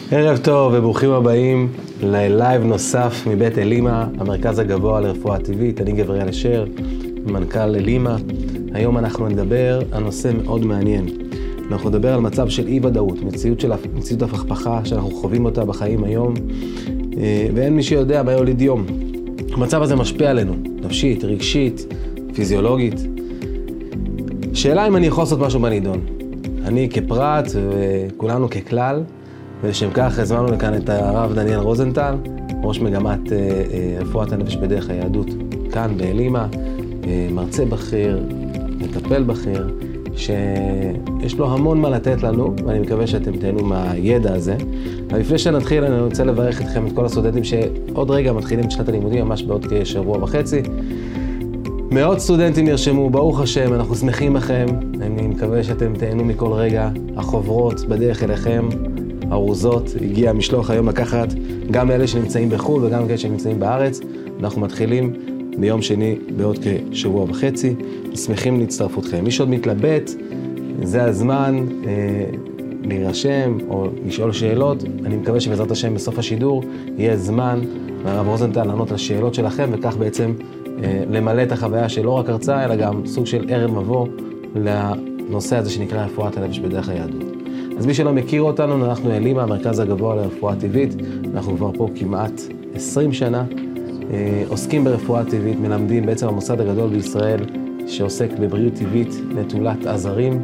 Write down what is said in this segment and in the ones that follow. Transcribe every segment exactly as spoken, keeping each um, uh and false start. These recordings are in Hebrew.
ערב טוב וברוכים הבאים ללייב נוסף מבית אלימה, המרכז הגבוה לרפואה טבעית. אני גבריאל אשר, מנכ"ל אלימה. היום אנחנו נדבר על נושא מאוד מעניין. אנחנו נדבר על מצב של אי ודאות, מציאות של מציאות הפכפכה שאנחנו חווים אותה בחיים היום, ואין מי שיודע מה יוליד יום. המצב הזה משפיע עלינו, נפשית, רגשית, פיזיולוגית. שאלה אם אני יכול לעשות משהו בנידון. אני כפרט וכולנו ככלל, ולשם כך הזמנו לכאן את הרב דניאל רוזנטל, ראש מגמת רפואת הנפש בדרך היהדות, כאן באלימה, מרצה בכיר, מטפל בכיר, שיש לו המון מה לתת לנו, ואני מקווה שאתם תהנו מהידע הזה. אבל לפני שנתחיל, אני רוצה לברך אתכם, את כל הסטודנטים שעוד רגע מתחילים את שנת הלימודים, ממש בעוד כשבוע וחצי. מאות סטודנטים נרשמו, ברוך השם, אנחנו שמחים בכם, אני מקווה שאתם תהנו מכל רגע. החוברות בדרך אליכם, ארוזות, הגיע המשלוח היום לקחת גם לאלה שנמצאים בחו"ל וגם כאלה שנמצאים בארץ. אנחנו מתחילים ביום שני בעוד כשבוע וחצי, שמחים להצטרפותכם. מי שעוד מתלבט, זה הזמן אה, להירשם או לשאול שאלות. אני מקווה שבעזרת השם בסוף השידור יהיה זמן לרב רוזנטל לענות לשאלות שלכם, וכך בעצם אה, למלא את החוויה של לא רק הרצאה, אלא גם סוג של ערב מבוא לנושא הזה שנקרא רפואת הנפש בדרך היהדות. אז מי שלא מכיר אותנו, אנחנו אלימה, המרכז הגבוה לרפואה טבעית. אנחנו כבר פה כמעט עשרים שנה, עוסקים ברפואה טבעית, מלמדים בעצם המוסד הגדול בישראל שעוסק בבריאות טבעית נטולת עזרים.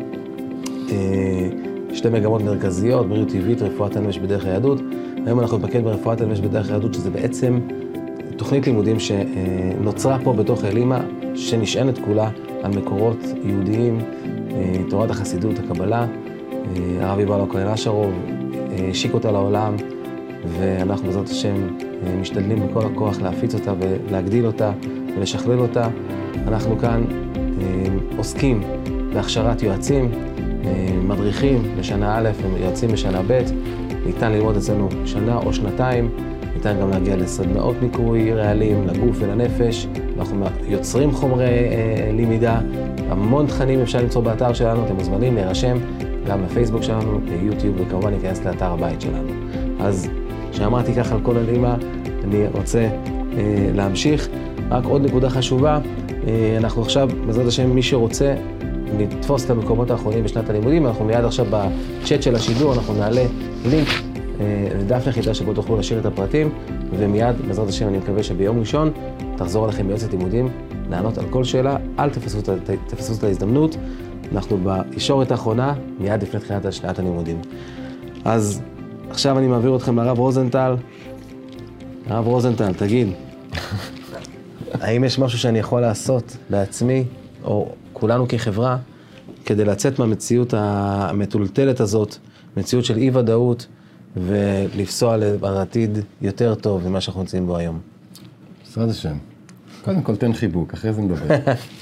שתי מגמות מרכזיות, בריאות טבעית, רפואת הנפש בדרך היהדות. היום אנחנו נתמקד ברפואת הנפש בדרך היהדות, שזה בעצם תוכנית לימודים שנוצרה פה בתוך אלימה, שנשענת כולה על מקורות יהודיים, תורת החסידות, הקבלה. הרב יובל הכהן אשרוב השיק אותה לעולם, ואנחנו בעזרת השם משתדלים בכל הכוח להפיץ אותה ולהגדיל אותה ולשכלל אותה. אנחנו כאן עוסקים בהכשרת יועצים, מדריכים לשנה א' ויועצים לשנה ב'. ניתן ללמוד אצלנו שנה או שנתיים, ניתן גם להגיע לסדנאות ניקוי ריאליים לגוף ולנפש. אנחנו יוצרים חומרי למידה, המון תכנים אפשר למצוא באתר שלנו, אתם מוזמנים להירשם גם לפייסבוק שלנו, ליוטיוב, וכמובן להיכנס לאתר הבית שלנו. אז שאמרתי ככה על כל אלימה, אני רוצה אה, להמשיך. רק עוד נקודה חשובה, אה, אנחנו עכשיו, בעזרת השם, מי שרוצה לתפוס את המקומות האחרונים בשנת הלימודים, אנחנו מיד עכשיו בצ'אט של השידור, אנחנו נעלה לינק אה, לדף נחיתה שבו תוכלו להשאיר את הפרטים, ומיד, בעזרת השם, אני מקווה שביום ראשון תחזור עליכם ביועצת לימודים, לענות על כל שאלה, אל תפסו, תפסו את ההזדמנות. אנחנו בישורת האחרונה, מיד לפני תחילת שנת הלימודים. אז עכשיו אני מעביר אתכם לרב רוזנטל. הרב רוזנטל, תגיד, האם יש משהו שאני יכול לעשות בעצמי, או כולנו כחברה, כדי לצאת מהמציאות המטולטלת הזאת, מציאות של אי ודאות, ולפסוע לעתיד יותר טוב ממה שאנחנו נמצאים בו היום? בעזרת השם. קודם כל תן חיבוק, אחרי זה נדבר.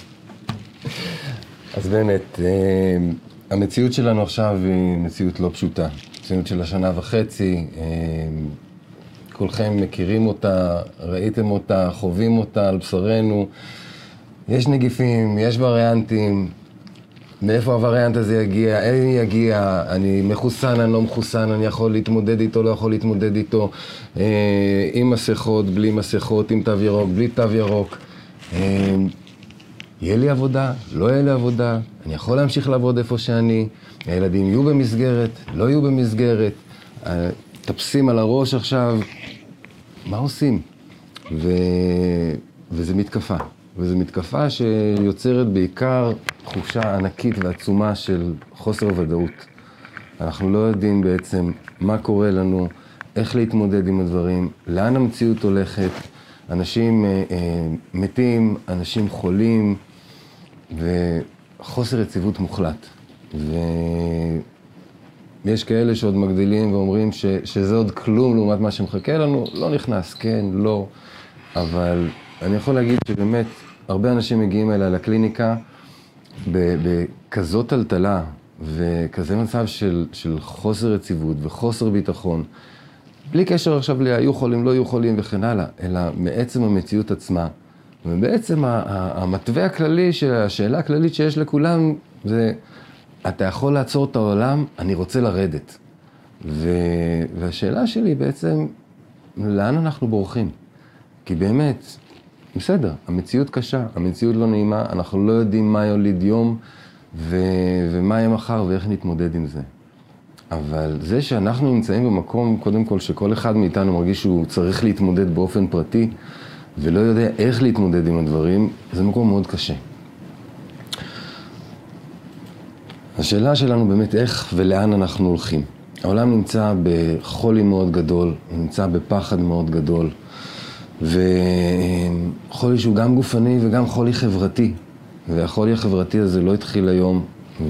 אז באמת, המציאות שלנו עכשיו היא מציאות לא פשוטה. מציאות של השנה וחצי, כולכם מכירים אותה, ראיתם אותה, חווים אותה על בשרנו. יש נגיפים, יש וריאנטים, מאיפה הווריאנט הזה יגיע, אין יגיע, אני מחוסן, אני לא מחוסן, אני יכול להתמודד איתו, לא יכול להתמודד איתו, עם מסכות, בלי מסכות, עם תו ירוק, בלי תו ירוק. יהיה לי עבודה, לא יהיה לי עבודה, אני יכול להמשיך לעבוד איפה שאני, הילדים יהיו במסגרת, לא יהיו במסגרת, טפסים על הראש עכשיו, מה עושים? ו... וזה מתקפה, וזו מתקפה שיוצרת בעיקר תחושה ענקית ועצומה של חוסר ודאות. אנחנו לא יודעים בעצם מה קורה לנו, איך להתמודד עם הדברים, לאן המציאות הולכת, אנשים אה, אה, מתים, אנשים חולים, וחוסר יציבות מוחלט. ויש כאלה שעוד מגדילים ואומרים ש, שזה עוד כלום לעומת מה שמחכה לנו, לא נכנס, כן, לא, אבל אני יכול להגיד שבאמת הרבה אנשים מגיעים אליי לקליניקה בכזאת טלטלה וכזה מצב של, של חוסר יציבות וחוסר ביטחון, בלי קשר עכשיו להיו חולים, לא היו חולים וכן הלאה, אלא מעצם המציאות עצמה. ובעצם המתווה הכללי, השאלה הכללית שיש לכולם, זה, אתה יכול לעצור את העולם, אני רוצה לרדת. ו... והשאלה שלי בעצם, לאן אנחנו בורחים? כי באמת, בסדר, המציאות קשה, המציאות לא נעימה, אנחנו לא יודעים מה יוליד יום ו... ומה יהיה מחר ואיך נתמודד עם זה. אבל זה שאנחנו נמצאים במקום, קודם כל, שכל אחד מאיתנו מרגיש שהוא צריך להתמודד באופן פרטי, ולא יודע איך להתמודד עם הדברים, זה מקום מאוד קשה. השאלה שלנו באמת איך ולאן אנחנו הולכים. העולם נמצא בחולי מאוד גדול, נמצא בפחד מאוד גדול, וחולי שהוא גם גופני וגם חולי חברתי. והחולי החברתי הזה לא התחיל היום,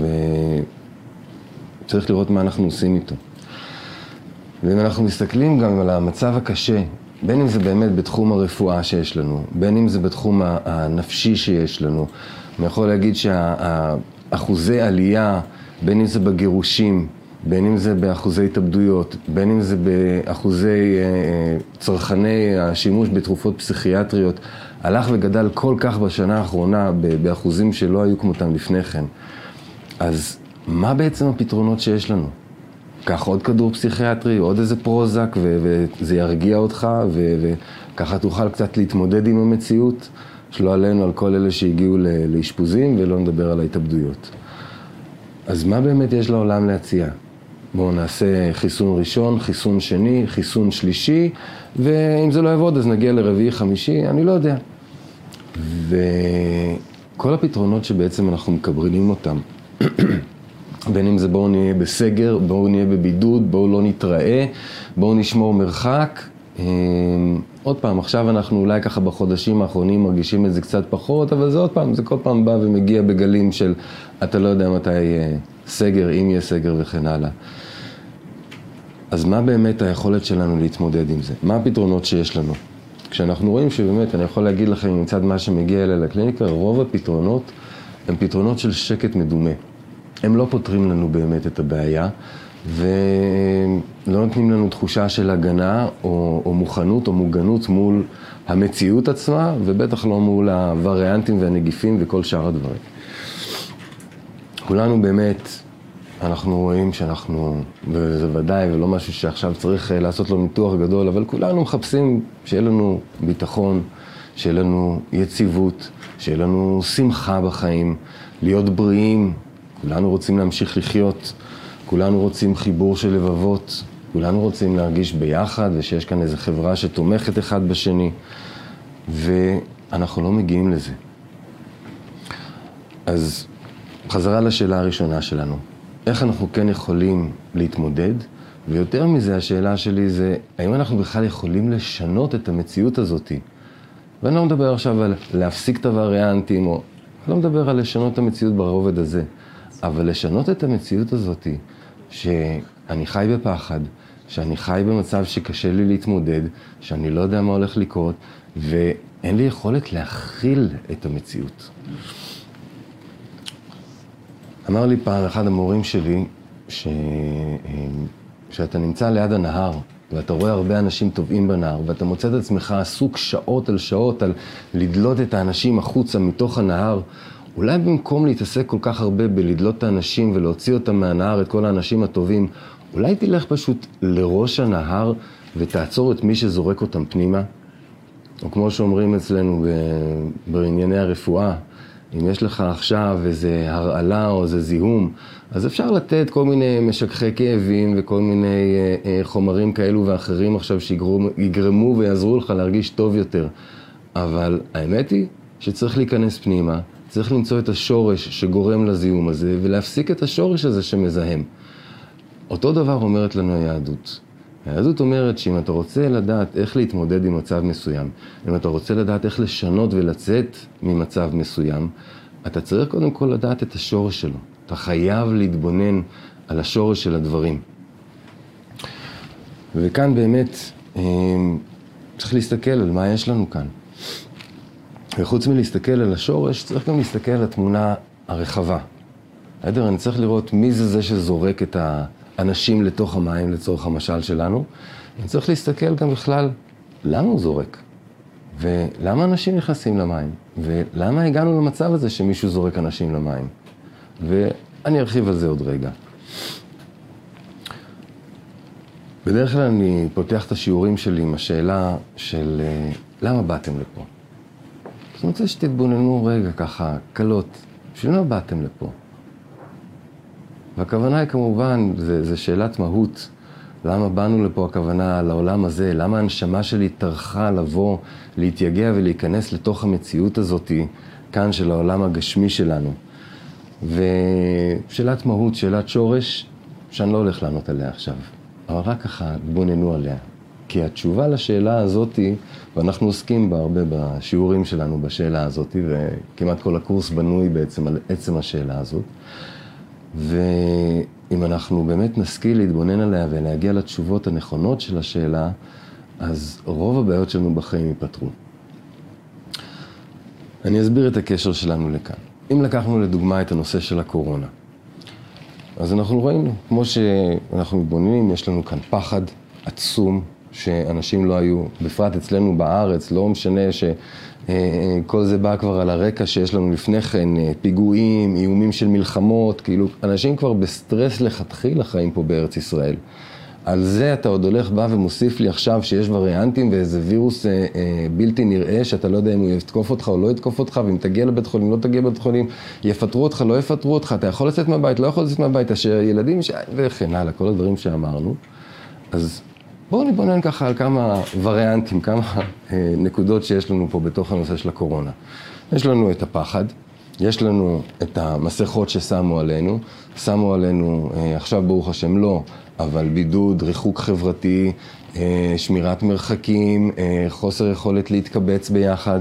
וצריך לראות מה אנחנו עושים איתו. ואם אנחנו מסתכלים גם על המצב הקשה, בין אם זה באמת בתחום הרפואה שיש לנו, בין אם זה בתחום הנפשי שיש לנו, אני יכול להגיד שהאחוזי עלייה, בין אם זה בגירושים, בין אם זה באחוזי התאבדויות, בין אם זה באחוזי צרכני השימוש בתרופות פסיכיאטריות, הלך וגדל כל כך בשנה האחרונה באחוזים שלא היו כמותם לפני כן. אז מה בעצם הפתרונות שיש לנו? קח עוד כדור פסיכיאטרי, עוד איזה פרוזק, וזה ירגיע אותך, וככה תוכל קצת להתמודד עם המציאות, שלא עלינו על כל אלה שהגיעו לאשפוזים, ולא נדבר על ההתאבדויות. אז מה באמת יש לעולם להציע? בואו נעשה חיסון ראשון, חיסון שני, חיסון שלישי, ואם זה לא יעבוד אז נגיע לרביעי חמישי, אני לא יודע. וכל הפתרונות שבעצם אנחנו מקבלים אותם, בין אם זה בואו נהיה בסגר, בואו נהיה בבידוד, בואו לא נתראה, בואו נשמור מרחק. עוד פעם, עכשיו אנחנו אולי ככה בחודשים האחרונים מרגישים את זה קצת פחות, אבל זה עוד פעם, זה כל פעם בא ומגיע בגלים של אתה לא יודע מתי יהיה סגר, אם יהיה סגר וכן הלאה. אז מה באמת היכולת שלנו להתמודד עם זה? מה הפתרונות שיש לנו? כשאנחנו רואים שבאמת, אני יכול להגיד לכם מצד מה שמגיע אליי לקליניקה, רוב הפתרונות הם פתרונות של שקט מדומה. הם לא פותרים לנו באמת את הבעיה, ולא נותנים לנו תחושה של הגנה או, או מוכנות או מוגנות מול המציאות עצמה, ובטח לא מול הווריאנטים והנגיפים וכל שאר הדברים. כולנו באמת, אנחנו רואים שאנחנו, וזה ודאי ולא משהו שעכשיו צריך לעשות לו ניתוח גדול, אבל כולנו מחפשים שיהיה לנו ביטחון, שיהיה לנו יציבות, שיהיה לנו שמחה בחיים, להיות בריאים, כולנו רוצים להמשיך לחיות, כולנו רוצים חיבור של לבבות, כולנו רוצים להרגיש ביחד ושיש כאן איזו חברה שתומכת אחד בשני, ואנחנו לא מגיעים לזה. אז חזרה לשאלה הראשונה שלנו, איך אנחנו כן יכולים להתמודד? ויותר מזה, השאלה שלי זה, האם אנחנו בכלל יכולים לשנות את המציאות הזאת? ואני לא מדבר עכשיו על להפסיק את הווריאנטים, או לא מדבר על לשנות את המציאות ברובד הזה, אבל לשנות את המציאות הזאת, שאני חי בפחד, שאני חי במצב שקשה לי להתמודד, שאני לא יודע מה הולך לקרות, ואין לי יכולת להכיל את המציאות. אמר לי פעם אחד המורים שלי, ש... שאתה נמצא ליד הנהר, ואתה רואה הרבה אנשים טובעים בנהר, ואתה מוצא את עצמך עסוק שעות על שעות על לדלות את האנשים החוצה מתוך הנהר, אולי במקום להתעסק כל כך הרבה בלדלות את האנשים ולהוציא אותם מהנהר, את כל האנשים הטובים, אולי תלך פשוט לראש הנהר ותעצור את מי שזורק אותם פנימה. או כמו שאומרים אצלנו בענייני הרפואה, אם יש לך עכשיו איזה הרעלה או איזה זיהום, אז אפשר לתת כל מיני משככי כאבים וכל מיני חומרים כאלו ואחרים עכשיו שיגרמו ויעזרו לך להרגיש טוב יותר. אבל האמת היא שצריך להיכנס פנימה, צריך למצוא את השורש שגורם לזיהום הזה ולהפסיק את השורש הזה שמזהם. אותו דבר אומרת לנו היהדות. היהדות אומרת שאם אתה רוצה לדעת איך להתמודד עם מצב מסוים, אם אתה רוצה לדעת איך לשנות ולצאת ממצב מסוים, אתה צריך קודם כל לדעת את השורש שלו. אתה חייב להתבונן על השורש של הדברים. וכאן באמת צריך להסתכל על מה יש לנו כאן. וחוץ מלהסתכל על השורש, צריך גם להסתכל על התמונה הרחבה. בסדר, אני צריך לראות מי זה זה שזורק את האנשים לתוך המים לצורך המשל שלנו. אני צריך להסתכל גם בכלל למה הוא זורק, ולמה אנשים נכנסים למים, ולמה הגענו למצב הזה שמישהו זורק אנשים למים. ואני ארחיב על זה עוד רגע. בדרך כלל אני פותח את השיעורים שלי עם השאלה של למה באתם לפה? אז אני רוצה שתתבוננו רגע ככה, קלות, בשביל מה באתם לפה? והכוונה היא כמובן, זה, זה שאלת מהות, למה באנו לפה הכוונה לעולם הזה, למה הנשמה שלי טרחה לבוא, להתייגע ולהיכנס לתוך המציאות הזאת כאן של העולם הגשמי שלנו. ושאלת מהות, שאלת שורש, שאני לא הולך לענות עליה עכשיו, אבל רק ככה תבוננו עליה. כי התשובה לשאלה הזאת, ואנחנו עוסקים בה הרבה בשיעורים שלנו בשאלה הזאת, וכמעט כל הקורס בנוי בעצם על עצם השאלה הזאת. ואם אנחנו באמת נשכיל להתבונן עליה ולהגיע לתשובות הנכונות של השאלה, אז רוב הבעיות שלנו בחיים ייפתרו. אני אסביר את הקשר שלנו לכאן. אם לקחנו לדוגמה את הנושא של הקורונה, אז אנחנו ראינו, כמו שאנחנו מתבוננים, יש לנו כאן פחד עצום שאנשים לא היו, בפרט אצלנו בארץ, לא משנה שכל זה בא כבר על הרקע שיש לנו לפני כן, פיגועים, איומים של מלחמות, כאילו אנשים כבר בסטרס לכתחילה חיים פה בארץ ישראל. על זה אתה עוד הולך בא ומוסיף לי עכשיו שיש וריאנטים ואיזה וירוס אה, אה, בלתי נראה, שאתה לא יודע אם הוא יתקוף אותך או לא יתקוף אותך, ואם תגיע לבית חולים, לא תגיע לבית חולים, יפטרו אותך, לא יפטרו אותך, אתה יכול לצאת מהבית, לא יכול לצאת מהבית, אשר ילדים, ש... וכן הלאה, כל הדברים שאמרנו. אז בואו נתבונן ככה על כמה וריאנטים, כמה אה, נקודות שיש לנו פה בתוך הנושא של הקורונה. יש לנו את הפחד, יש לנו את המסכות ששמו עלינו, שמו עלינו, אה, עכשיו ברוך השם לא, אבל בידוד, ריחוק חברתי, שמירת מרחקים, חוסר יכולת להתקבץ ביחד.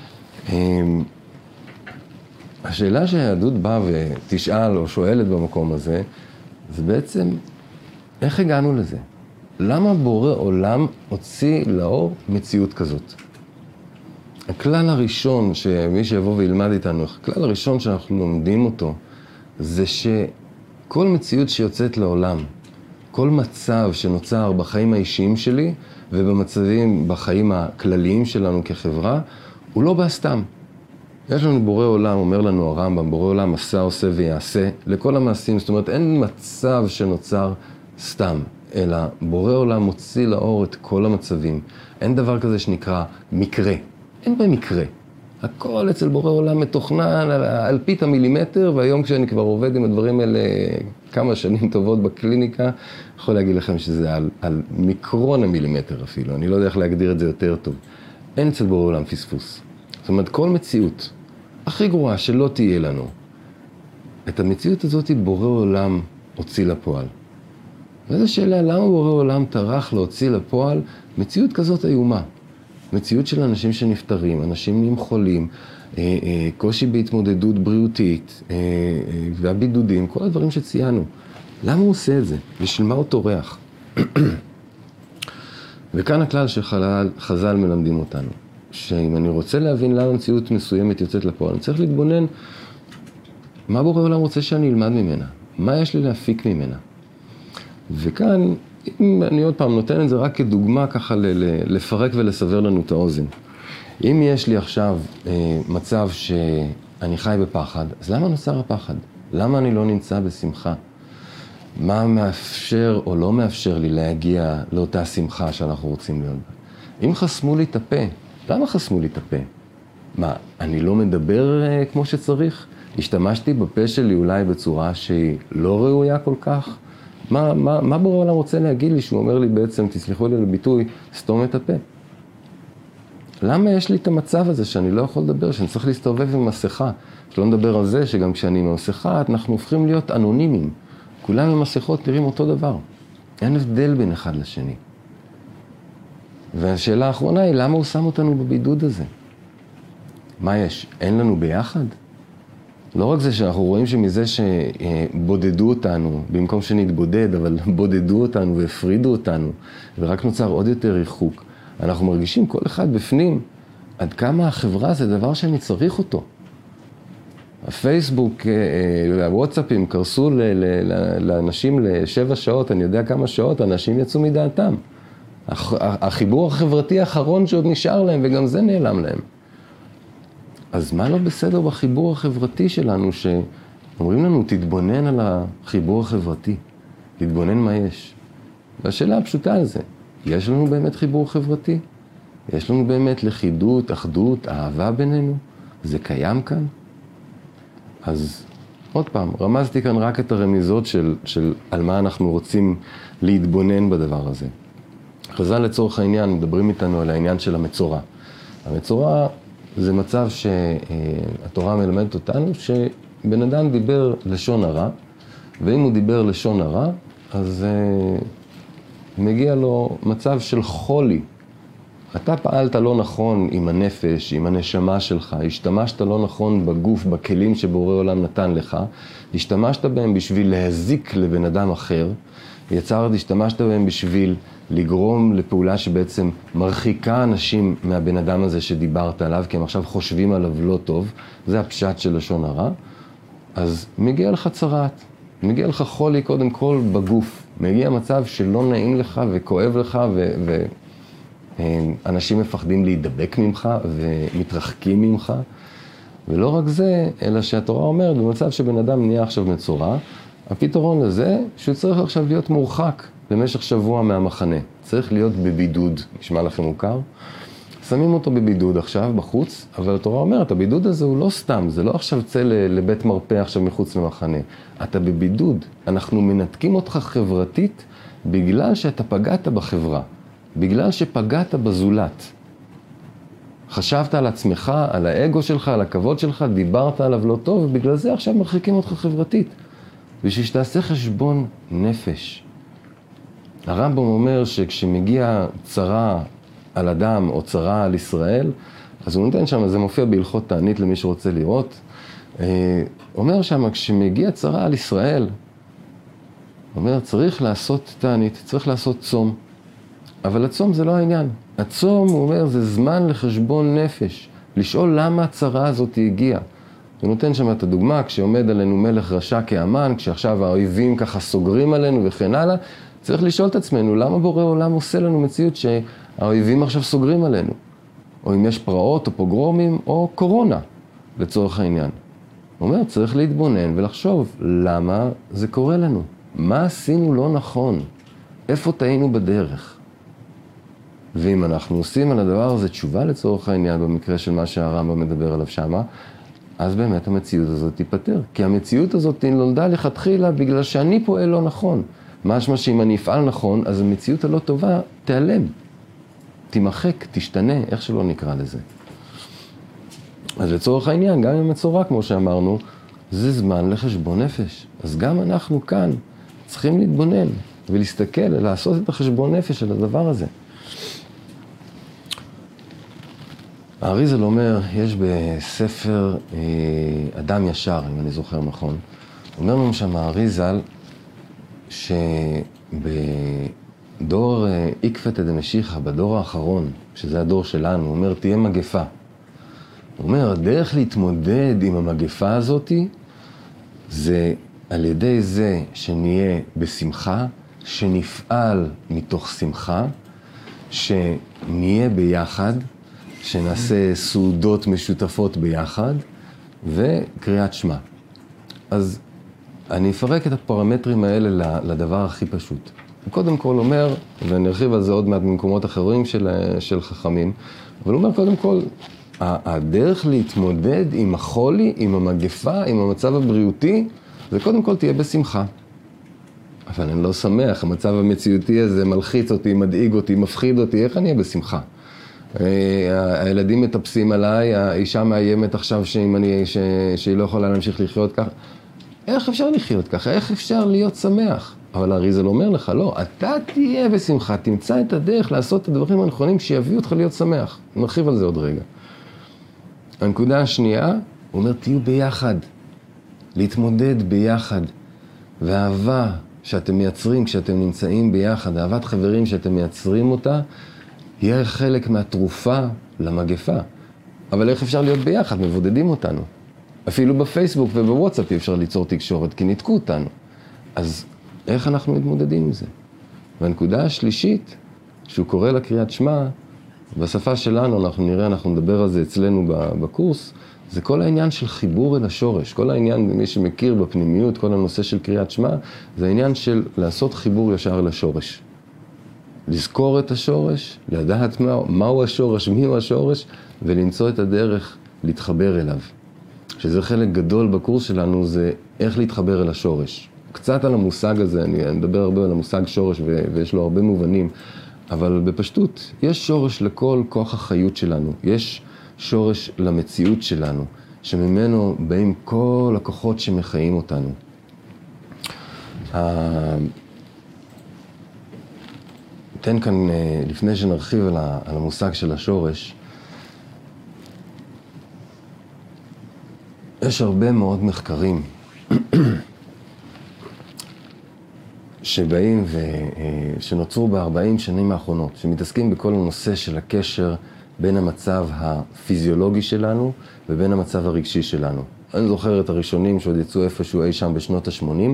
השאלה שהיהדות באה ותשאל או שואלת במקום הזה, זה בעצם, איך הגענו לזה? למה בורא עולם הוציא לאור מציאות כזאת? הכלל הראשון שמי שיבוא וילמד איתנו, הכלל הראשון שאנחנו לומדים אותו, זה שכל מציאות שיוצאת לעולם, כל מצב שנוצר בחיים האישיים שלי ובמצבים בחיים הכלליים שלנו כחברה, הוא לא בא סתם. יש לנו בורא עולם, אומר לנו הרמב"ם, בורא עולם עשה, עושה ויעשה לכל המעשים. זאת אומרת, אין מצב שנוצר סתם, אלא בורא עולם מוציא לאור את כל המצבים. אין דבר כזה שנקרא מקרה. אין במקרה. הכל אצל בורא עולם מתוכנן על, על פית המילימטר, והיום כשאני כבר עובד עם הדברים האלה כמה שנים טובות בקליניקה, יכול להגיד לכם שזה על, על מיקרון המילימטר אפילו, אני לא יודע איך להגדיר את זה יותר טוב. אין אצל בורא עולם פספוס. זאת אומרת, כל מציאות הכי גרועה שלא תהיה לנו, את המציאות הזאת בורא עולם הוציא לפועל. וזו שאלה, למה בורא עולם טרח להוציא לפועל מציאות כזאת איומה? מציאות של אנשים שנפטרים, אנשים נהיים חולים, קושי בהתמודדות בריאותית, והבידודים, כל הדברים שציינו. למה הוא עושה את זה? בשביל מה הוא טורח? וכאן הכלל שחז"ל מלמדים אותנו, שאם אני רוצה להבין למה מציאות מסוימת יוצאת לפועל, אני צריך להתבונן מה בורא עולם רוצה שאני אלמד ממנה, מה יש לי להפיק ממנה. וכאן, אם אני עוד פעם נותן את זה רק כדוגמה ככה לפרק ולסבר לנו את האוזן. אם יש לי עכשיו אה, מצב שאני חי בפחד, אז למה נוצר הפחד? למה אני לא נמצא בשמחה? מה מאפשר או לא מאפשר לי להגיע לאותה שמחה שאנחנו רוצים להיות בה? אם חסמו לי את הפה, למה חסמו לי את הפה? מה, אני לא מדבר אה, כמו שצריך? השתמשתי בפה שלי אולי בצורה שהיא לא ראויה כל כך? מה, מה, מה בורא עולם רוצה להגיד לי שהוא אומר לי בעצם, תסלחו לי לביטוי, סתום את הפה? למה יש לי את המצב הזה שאני לא יכול לדבר, שאני צריך להסתובב עם מסכה? שלא נדבר על זה שגם כשאני עם מסכה, אנחנו הופכים להיות אנונימיים. כולם עם מסכות נראים אותו דבר. אין הבדל בין אחד לשני. והשאלה האחרונה היא, למה הוא שם אותנו בבידוד הזה? מה יש? אין לנו ביחד? לא רק זה שאנחנו רואים שמזה שבודדו אותנו, במקום שנתבודד, אבל בודדו אותנו והפרידו אותנו, ורק נוצר עוד יותר ריחוק. אנחנו מרגישים כל אחד בפנים, עד כמה החברה זה דבר שאני צריך אותו. הפייסבוק, הוואטסאפים קרסו לאנשים לשבע שעות, אני יודע כמה שעות, אנשים יצאו מדעתם. החיבור החברתי האחרון שעוד נשאר להם, וגם זה נעלם להם. אז מה לא בסדר בחיבור החברתי שלנו, שאומרים לנו, תתבונן על החיבור החברתי, תתבונן מה יש. והשאלה הפשוטה על זה, יש לנו באמת חיבור חברתי? יש לנו באמת לכידות, אחדות, אהבה בינינו? זה קיים כאן? אז עוד פעם, רמזתי כאן רק את הרמיזות של, של על מה אנחנו רוצים להתבונן בדבר הזה. חז"ל לצורך העניין מדברים איתנו על העניין של המצורע. המצורע זה מצב שהתורה מלמדת אותנו שבן אדם דיבר לשון הרע, ואם הוא דיבר לשון הרע, אז מגיע לו מצב של חולי. אתה פעלת לא נכון עם הנפש, עם הנשמה שלך, השתמשת לא נכון בגוף, בכלים שבורא עולם נתן לך, השתמשת בהם בשביל להזיק לבן אדם אחר, יצרת, השתמשת בהם בשביל לגרום לפעולה שבעצם מרחיקה אנשים מהבן אדם הזה שדיברת עליו, כי הם עכשיו חושבים עליו לא טוב, זה הפשט של לשון הרע, אז מגיע לך צרעת, מגיע לך חולי קודם כל בגוף, מגיע מצב שלא נעים לך וכואב לך ו... ו... אנשים מפחדים להידבק ממך ומתרחקים ממך, ולא רק זה, אלא שהתורה אומרת, במצב שבן אדם נהיה עכשיו מצורע, הפתרון לזה שהוא צריך עכשיו להיות מורחק במשך שבוע מהמחנה. צריך להיות בבידוד, נשמע לכם מוכר? שמים אותו בבידוד עכשיו בחוץ, אבל התורה אומרת, הבידוד הזה הוא לא סתם, זה לא עכשיו צא לבית מרפא עכשיו מחוץ למחנה. אתה בבידוד, אנחנו מנתקים אותך חברתית בגלל שאתה פגעת בחברה. בגלל שפגעת בזולת. חשבת על עצמך, על האגו שלך, על הכבוד שלך, דיברת עליו לא טוב, ובגלל זה עכשיו מרחיקים אותך חברתית. בשביל שתעשה חשבון נפש. הרמב"ם אומר שכשמגיע צרה על אדם או צרה על ישראל, אז הוא נותן שם, זה מופיע בהלכות תענית למי שרוצה לראות, אומר שם, כשמגיע צרה על ישראל, אומר, צריך לעשות תענית, צריך לעשות צום. אבל הצום זה לא העניין. הצום, הוא אומר, זה זמן לחשבון נפש. לשאול למה הצרה הזאת הגיעה. הוא נותן שם את הדוגמה, כשעומד עלינו מלך רשע כאמן, כשעכשיו האויבים ככה סוגרים עלינו וכן הלאה, צריך לשאול את עצמנו, למה בורא עולם עושה לנו מציאות שהאויבים עכשיו סוגרים עלינו? או אם יש פרעות או פוגרומים או קורונה, לצורך העניין. הוא אומר, צריך להתבונן ולחשוב, למה זה קורה לנו? מה עשינו לא נכון? איפה טעינו בדרך? ואם אנחנו עושים על הדבר הזה תשובה לצורך העניין, במקרה של מה שהרמב"ם מדבר עליו שמה, אז באמת המציאות הזאת תיפטר. כי המציאות הזאת נולדה לכתחילה בגלל שאני פועל לא נכון. משמע שאם אני אפעל נכון, אז המציאות הלא טובה תיעלם. תימחק, תשתנה, איך שלא נקרא לזה. אז לצורך העניין, גם עם המצורע, כמו שאמרנו, זה זמן לחשבון נפש. אז גם אנחנו כאן צריכים להתבונן ולהסתכל, לעשות את החשבון נפש של הדבר הזה. האריזל אומר, יש בספר אה, אדם ישר, אם אני זוכר נכון, אומר לנו שם האריזל, שבדור אה, עקפתא דמשיחא, בדור האחרון, שזה הדור שלנו, הוא אומר, תהיה מגפה. הוא אומר, הדרך להתמודד עם המגפה הזאת, זה על ידי זה שנהיה בשמחה, שנפעל מתוך שמחה, שנהיה ביחד, שנעשה סעודות משותפות ביחד, וקריאת שמע. אז אני אפרק את הפרמטרים האלה לדבר הכי פשוט. הוא קודם כל אומר, ואני ארחיב על זה עוד מעט במקומות אחרים של, של חכמים, אבל הוא אומר קודם כל, הדרך להתמודד עם החולי, עם המגפה, עם המצב הבריאותי, זה קודם כל תהיה בשמחה. אבל אני לא שמח, המצב המציאותי הזה מלחיץ אותי, מדאיג אותי, מפחיד אותי, איך אני אהיה בשמחה? הילדים מטפסים עליי, האישה מאיימת עכשיו שאם אני, ש, שהיא לא יכולה להמשיך לחיות ככה. איך אפשר לחיות ככה? איך אפשר להיות שמח? אבל האריזל אומר לך, לא, אתה תהיה בשמחה, תמצא את הדרך לעשות את הדברים הנכונים שיביאו אותך להיות שמח. נרחיב על זה עוד רגע. הנקודה השנייה, הוא אומר, תהיו ביחד, להתמודד ביחד, והאהבה שאתם מייצרים כשאתם נמצאים ביחד, אהבת חברים שאתם מייצרים אותה, יהיה חלק מהתרופה למגפה. אבל איך אפשר להיות ביחד? מבודדים אותנו. אפילו בפייסבוק ובוואטסאפ אפשר ליצור תקשורת, כי ניתקו אותנו. אז איך אנחנו מתמודדים עם זה? והנקודה השלישית, שהוא קורא לקריאת שמע, בשפה שלנו, אנחנו נראה, אנחנו נדבר על זה אצלנו בקורס, זה כל העניין של חיבור אל השורש. כל העניין, מי שמכיר בפנימיות, כל הנושא של קריאת שמע, זה העניין של לעשות חיבור ישר לשורש. לזכור את השורש, לדעת מה, מהו השורש, מיהו השורש, ולמצוא את הדרך להתחבר אליו. שזה חלק גדול בקורס שלנו, זה איך להתחבר אל השורש. קצת על המושג הזה, אני, אני מדבר הרבה על המושג שורש, ו, ויש לו הרבה מובנים, אבל בפשטות, יש שורש לכל כוח החיות שלנו, יש שורש למציאות שלנו, שממנו באים כל הכוחות שמחיים אותנו. ניתן כאן, לפני שנרחיב על המושג של השורש, יש הרבה מאוד מחקרים שבאים ושנוצרו ב-ארבעים שנים האחרונות, שמתעסקים בכל הנושא של הקשר בין המצב הפיזיולוגי שלנו ובין המצב הרגשי שלנו. אני זוכר את הראשונים שעוד יצאו איפשהו אי שם בשנות ה-שמונים,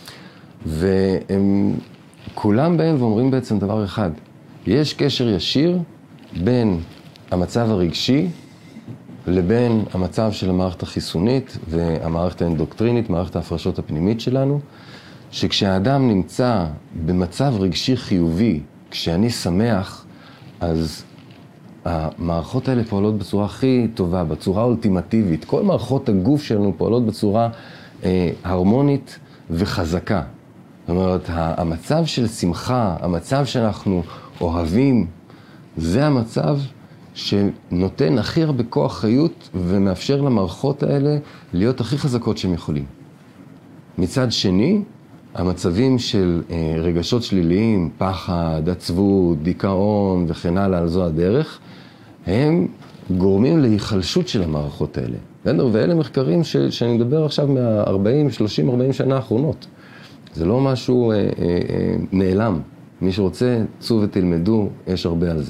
והם כולם באים ואומרים בעצם דבר אחד, יש קשר ישיר בין המצב הרגשי לבין המצב של המערכת החיסונית והמערכת האנדוקטרינית, מערכת ההפרשות הפנימית שלנו, שכשהאדם נמצא במצב רגשי חיובי, כשאני שמח, אז המערכות האלה פועלות בצורה הכי טובה, בצורה אולטימטיבית. כל מערכות הגוף שלנו פועלות בצורה אה, הרמונית וחזקה. זאת אומרת, המצב של שמחה, המצב שאנחנו אוהבים, זה המצב שנותן הכי הרבה כוח חיות ומאפשר למערכות האלה להיות הכי חזקות שהם יכולים. מצד שני, המצבים של אה, רגשות שליליים, פחד, עצבות, דיכאון וכן הלאה על זו הדרך, הם גורמים להיחלשות של המערכות האלה. ואלה מחקרים ש, שאני מדבר עכשיו מה-ארבעים, שלושים, ארבעים שנה האחרונות. זה לא משהו אה, אה, אה, נעלם. מי שרוצה, צאו ותלמדו, יש הרבה על זה.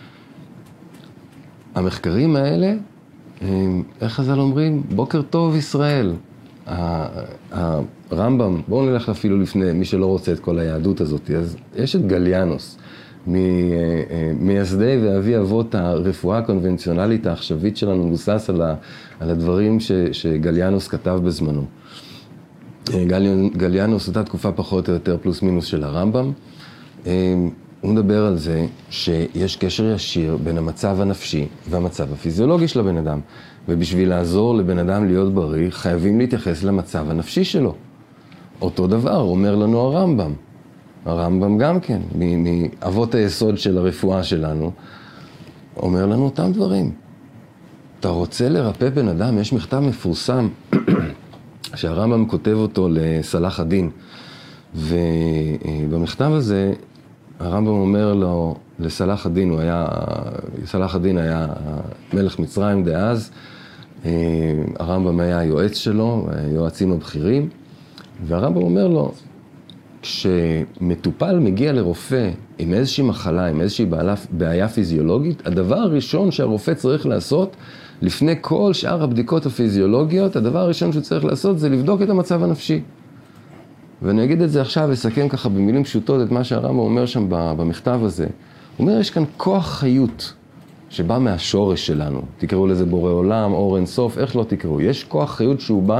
המחקרים האלה, הם, איך חז"ל אומרים? בוקר טוב ישראל. הרמב"ם, בואו נלך אפילו לפני, מי שלא רוצה את כל היהדות הזאת, אז יש את גליאנוס, מייסדי ואבי אבות הרפואה הקונבנציונלית העכשווית שלנו, מבוסס על, ה, על הדברים ש, שגליאנוס כתב בזמנו. גליאנוס אותה תקופה פחות או יותר פלוס מינוס של הרמב"ם, הוא מדבר על זה שיש קשר ישיר בין המצב הנפשי והמצב הפיזיולוגי של הבן אדם. ובשביל לעזור לבן אדם להיות בריא, חייבים להתייחס למצב הנפשי שלו. אותו דבר אומר לנו הרמב"ם. הרמב"ם גם כן, מאבות היסוד של הרפואה שלנו, אומר לנו אותם דברים. אתה רוצה לרפא בן אדם, יש מכתב מפורסם שהרמב"ם כותב אותו לסלאח א-דין. ובמכתב הזה, הרמב"ם אומר לו, לסלאח א-דין, הוא היה, סלאח א-דין היה מלך מצרים דאז, הרמב"ם היה היועץ שלו, היועצים הבכירים, והרמב"ם אומר לו, כשמטופל מגיע לרופא עם איזושהי מחלה, עם איזושהי בעיה פיזיולוגית, הדבר הראשון שהרופא צריך לעשות, לפני כל שאר הבדיקות הפיזיולוגיות, הדבר הראשון שהוא צריך לעשות זה לבדוק את המצב הנפשי. ואני אגיד את זה עכשיו, אסכם ככה במילים פשוטות את מה שהרמב"ם אומר שם במכתב הזה. הוא אומר, יש כאן כוח חיות שבא מהשורש שלנו. תקראו לזה בורא עולם, אור אין סוף, איך לא תקראו. יש כוח חיות שהוא בא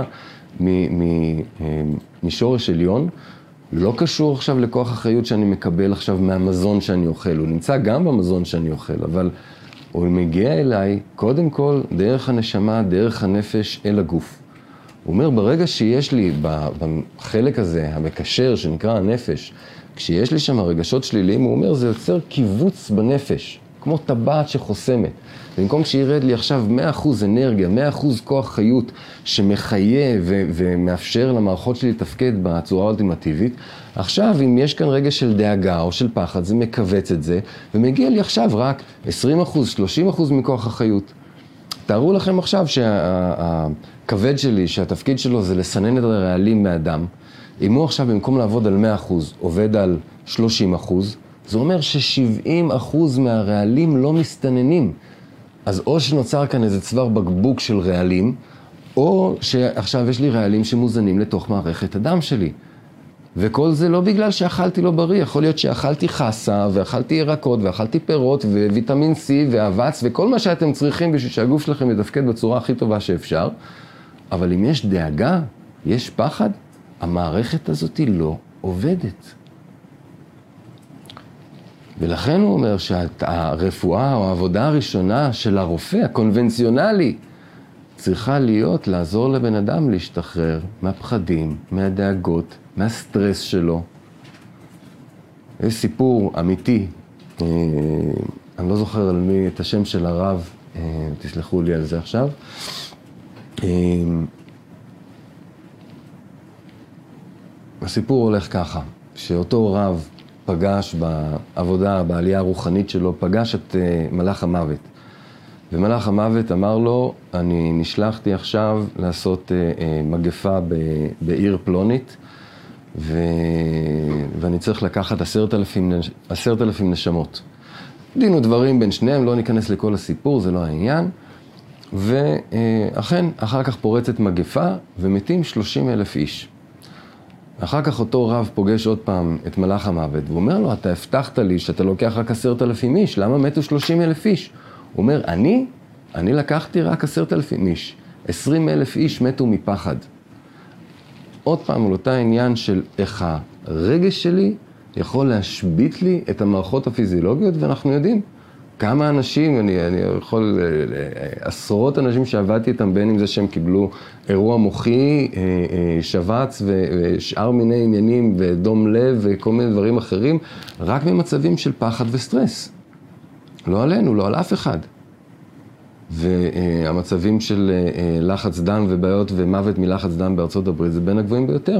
משורש עליון, לא קשור עכשיו לכוח החיות שאני מקבל עכשיו מהמזון שאני אוכל. הוא נמצא גם במזון שאני אוכל, אבל הוא מגיע אליי קודם כל דרך הנשמה, דרך הנפש אל הגוף. הוא אומר, ברגע שיש לי בחלק הזה, המקשר שנקרא הנפש, כשיש לי שם רגשות שליליים, הוא אומר, זה יוצר קיבוץ בנפש, כמו טבעת שחוסמת. במקום שירד לי עכשיו מאה אחוז אנרגיה, מאה אחוז כוח חיות שמחיה ו- ומאפשר למערכות שלי לתפקד בצורה האולטימטיבית, עכשיו אם יש כאן רגע של דאגה או של פחד, זה מקווץ את זה, ומגיע לי עכשיו רק עשרים אחוז, שלושים אחוז מכוח החיות. תארו לכם עכשיו שהכבד שלי, שהתפקיד שלו זה לסנן את הרעלים מהדם, אם הוא עכשיו במקום לעבוד על מאה אחוז, עובד על שלושים אחוז, זה אומר ש-שבעים אחוז מהרעלים לא מסתננים. אז או שנוצר כאן איזה צוואר בקבוק של רעלים, או שעכשיו יש לי רעלים שמוזנים לתוך מערכת הדם שלי. וכל זה לא בגלל שאכלתי לא בריא, יכול להיות שאכלתי חסה, ואכלתי ירקות, ואכלתי פירות, וויטמין C, ואבץ, וכל מה שאתם צריכים בשביל שהגוף שלכם יתפקד בצורה הכי טובה שאפשר. אבל אם יש דאגה, יש פחד, המערכת הזאת לא עובדת. ולכן הוא אומר שהרפואה או העבודה הראשונה של הרופא הקונבנציונלי צריכה להיות לעזור לבן אדם להשתחרר מהפחדים, מהדאגות, מהסטרס שלו. יש סיפור אמיתי, אני לא זוכר על מי את השם של הרב, תסלחו לי על זה עכשיו. הסיפור הולך ככה, שאותו רב פגש בעבודה, בעלייה הרוחנית שלו, פגש את מלאך המוות. ומלאך המוות אמר לו, אני נשלחתי עכשיו לעשות מגפה בעיר פלונית, ו... ואני צריך לקחת עשרת אלפים, עשרת אלפים נשמות. דין ודברים בין שניהם, לא ניכנס לכל הסיפור, זה לא העניין. ואכן, אחר כך פורצת מגפה ומתים שלושים אלף איש. אחר כך אותו רב פוגש עוד פעם את מלאך המוות, והוא אומר לו, אתה הבטחת לי שאתה לוקח רק עשרת אלפים איש, למה מתו שלושים אלף איש? הוא אומר, אני, אני לקחתי רק עשרת אלפים איש, עשרים אלף איש מתו מפחד. עוד פעם, על אותה עניין של איך הרגש שלי יכול להשבית לי את המערכות הפיזיולוגיות, ואנחנו יודעים כמה אנשים, אני, אני יכול, עשרות אנשים שעבדתי איתם, בין אם זה שהם קיבלו אירוע מוחי, שבץ ושאר מיני עניינים ודום לב וכל מיני דברים אחרים, רק במצבים של פחד וסטרס. לא עלינו, לא על אף אחד. והמצבים של לחץ דם ובעיות ומוות מלחץ דם בארצות הברית זה בין הגבוהים ביותר.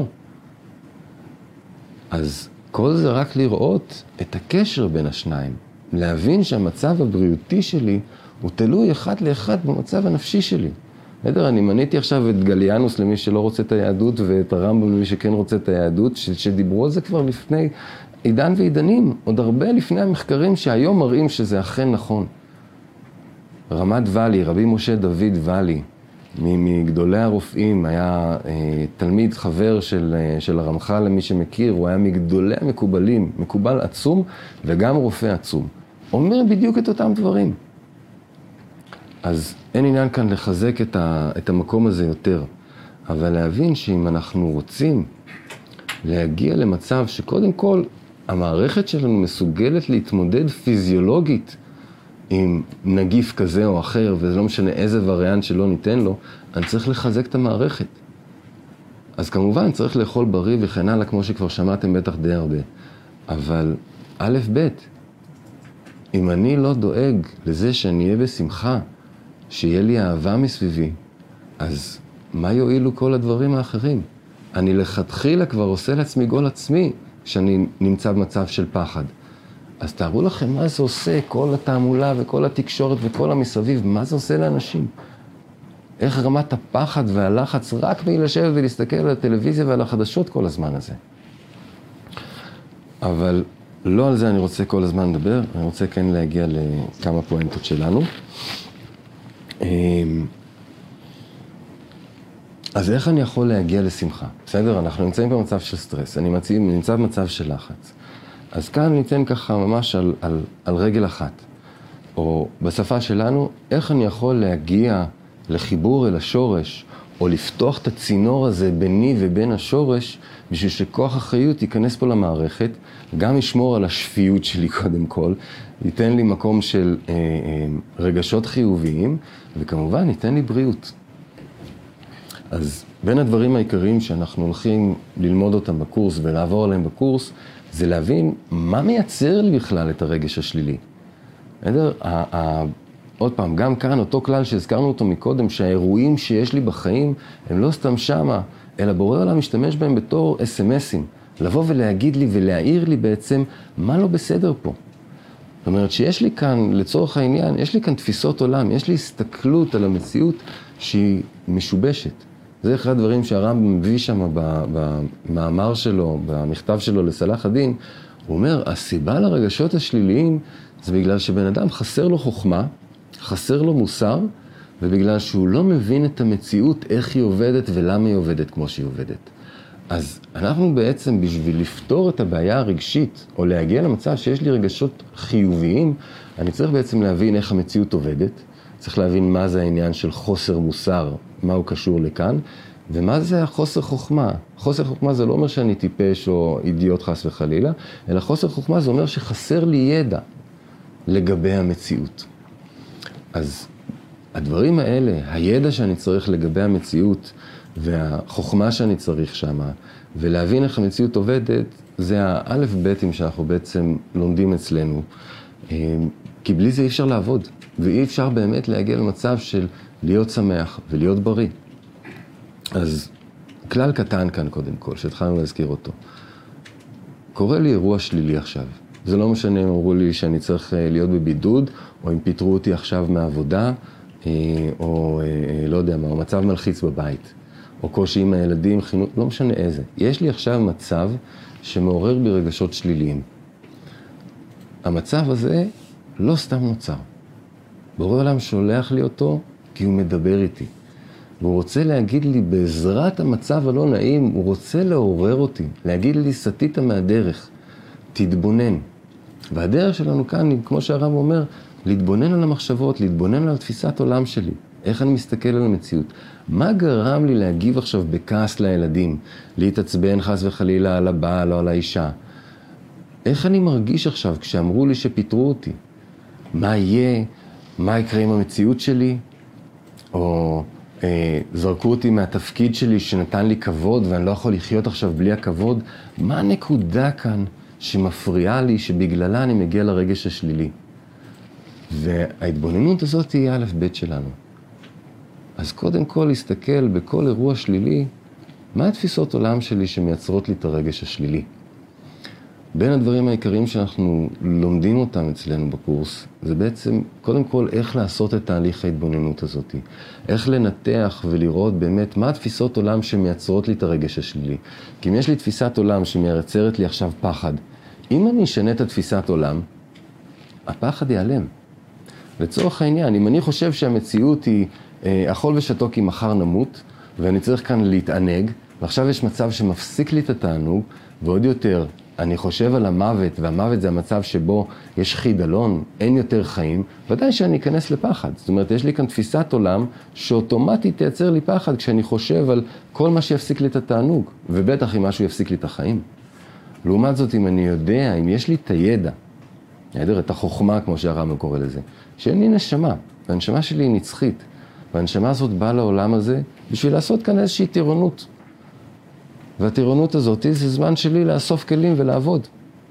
אז כל זה רק לראות את הקשר בין השניים. להבין שהמצב הבריאותי שלי הוא תלוי אחד לאחד במצב הנפשי שלי. בסדר, אני מניתי עכשיו את גליאנוס למי שלא רוצה את היהדות ואת הרמב"ם למי שכן רוצה את היהדות, ש- שדיברו על זה כבר לפני עידן ועידנים, עוד הרבה לפני המחקרים שהיום מראים שזה אכן נכון. רמת ואלי, רבי משה דוד ואלי, מגדולי הרופאים, היה תלמיד חבר של, של הרמח"ל למי שמכיר, הוא היה מגדולי המקובלים, מקובל עצום וגם רופא עצום. אומר בדיוק את אותם דברים. אז אין עניין כאן לחזק את, ה, את המקום הזה יותר, אבל להבין שאם אנחנו רוצים להגיע למצב שקודם כל המערכת שלנו מסוגלת להתמודד פיזיולוגית עם נגיף כזה או אחר, וזה לא משנה איזה וריאנט שלא ניתן לו, אני צריך לחזק את המערכת. אז כמובן צריך לאכול בריא וכן הלאה, כמו שכבר שמעתם בטח די הרבה. אבל א' ב', אם אני לא דואג לזה שאני אהיה בשמחה, שיהיה לי אהבה מסביבי, אז מה יועילו כל הדברים האחרים? אני לכתחילה כבר עושה לעצמי גול עצמי, כשאני נמצא במצב של פחד. אז תארו לכם מה זה עושה, כל התעמולה וכל התקשורת וכל המסביב, מה זה עושה לאנשים? איך רמת הפחד והלחץ רק מלשבת ולהסתכל על הטלוויזיה ועל החדשות כל הזמן הזה. אבל לא על זה אני רוצה כל הזמן לדבר, אני רוצה כן להגיע לכמה פואנטות שלנו. אז איך אני יכול להגיע לשמחה? בסדר, אנחנו נמצאים במצב של סטרס, אני מציא, נמצא במצב של לחץ. אז כאן ניתן ככה ממש על, על, על רגל אחת, או בשפה שלנו, איך אני יכול להגיע לחיבור אל השורש, או לפתוח את הצינור הזה ביני ובין השורש, בשביל שכוח החיות ייכנס פה למערכת, גם ישמור על השפיות שלי קודם כל, ייתן לי מקום של אה, אה, רגשות חיוביים, וכמובן ייתן לי בריאות. אז בין הדברים העיקריים שאנחנו הולכים ללמוד אותם בקורס ולעבור עליהם בקורס, זה להבין מה מייצר לי בכלל את הרגש השלילי. בסדר? עוד פעם, גם כאן אותו כלל שהזכרנו אותו מקודם, שהאירועים שיש לי בחיים הם לא סתם שמה, אלא בורא עולם משתמש בהם בתור אס אם אסים. לבוא ולהגיד לי ולהעיר לי בעצם מה לא בסדר פה. זאת אומרת שיש לי כאן, לצורך העניין, יש לי כאן תפיסות עולם, יש לי הסתכלות על המציאות שהיא משובשת. זה אחד הדברים שהרמב"ם מביא שם במאמר שלו, במכתב שלו לסלאח א-דין. הוא אומר, הסיבה לרגשות השליליים זה בגלל שבן אדם חסר לו חוכמה, חסר לו מוסר, ובגלל שהוא לא מבין את המציאות, איך היא עובדת ולמה היא עובדת כמו שהיא עובדת. אז אנחנו בעצם בשביל לפתור את הבעיה הרגשית, או להגיע למצב שיש לי רגשות חיוביים, אני צריך בעצם להבין איך המציאות עובדת, צריך להבין מה זה העניין של חוסר מוסר, מה הוא קשור לכאן, ומה זה החוסר חוכמה? חוסר חוכמה זה לא אומר שאני טיפש או אידיוט חס וחלילה, אלא חוסר חוכמה זה אומר שחסר לי ידע לגבי המציאות. אז הדברים האלה, הידע שאני צריך לגבי המציאות והחוכמה שאני צריך שמה, ולהבין איך המציאות עובדת, זה האלף ביתים שאנחנו בעצם לומדים אצלנו. כי בלי זה אי אפשר לעבוד, ואי אפשר באמת להגיע למצב של להיות שמח ולהיות בריא. אז כלל קטן כאן קודם כל, שהתחלנו להזכיר אותו. קורה לי אירוע שלילי עכשיו. זה לא משנה אם אמרו לי שאני צריך להיות בבידוד, או אם פיטרו אותי עכשיו מהעבודה, או לא יודע מה, או מצב מלחיץ בבית, או קושי עם הילדים, חינוך, לא משנה איזה. יש לי עכשיו מצב שמעורר בי רגשות שליליים. המצב הזה לא סתם נוצר. בורא עולם שולח לי אותו כי הוא מדבר איתי. והוא רוצה להגיד לי בעזרת המצב הלא נעים, הוא רוצה לעורר אותי, להגיד לי סטית מהדרך, תתבונן. והדרך שלנו כאן, כמו שהרב אומר, להתבונן על המחשבות, להתבונן על תפיסת עולם שלי. איך אני מסתכל על המציאות? מה גרם לי להגיב עכשיו בכעס לילדים? להתעצבן חס וחלילה על הבעל או על האישה? איך אני מרגיש עכשיו כשאמרו לי שפיטרו אותי? מה יהיה? מה יקרה עם המציאות שלי? או אה, זרקו אותי מהתפקיד שלי שנתן לי כבוד ואני לא יכול לחיות עכשיו בלי הכבוד? מה הנקודה כאן שמפריעה לי שבגללה אני מגיע לרגש השלילי? וההתבוננות הזאת היא א' ב' שלנו. אז קודם כל להסתכל בכל אירוע שלילי, מה התפיסות עולם שלי שמייצרות לי את הרגש השלילי? בין הדברים העיקריים שאנחנו לומדים אותם אצלנו בקורס, זה בעצם קודם כל איך לעשות את תהליך ההתבוננות הזאת. איך לנתח ולראות באמת מה התפיסות עולם שמייצרות לי את הרגש השלילי. כי אם יש לי תפיסת עולם שמייצרת לי עכשיו פחד, אם אני אשנה את התפיסת עולם, הפחד ייעלם. לצורך העניין, אם אני חושב שהמציאות היא אה, אכול ושתו כי מחר נמות, ואני צריך כאן להתענג, ועכשיו יש מצב שמפסיק לי את התענוג, ועוד יותר, אני חושב על המוות, והמוות זה המצב שבו יש חידלון, אין יותר חיים, ודאי שאני אכנס לפחד. זאת אומרת, יש לי כאן תפיסת עולם שאוטומטית תייצר לי פחד כשאני חושב על כל מה שיפסיק לי את התענוג, ובטח אם משהו יפסיק לי את החיים. לעומת זאת, אם אני יודע, אם יש לי את הידע, הידע, את החוכמה, כמו שהרמב"ם קורא לזה, שאין לי נשמה, והנשמה שלי היא נצחית, והנשמה הזאת באה לעולם הזה בשביל לעשות כאן איזושהי טירונות. והטירונות הזאת זה זמן שלי לאסוף כלים ולעבוד.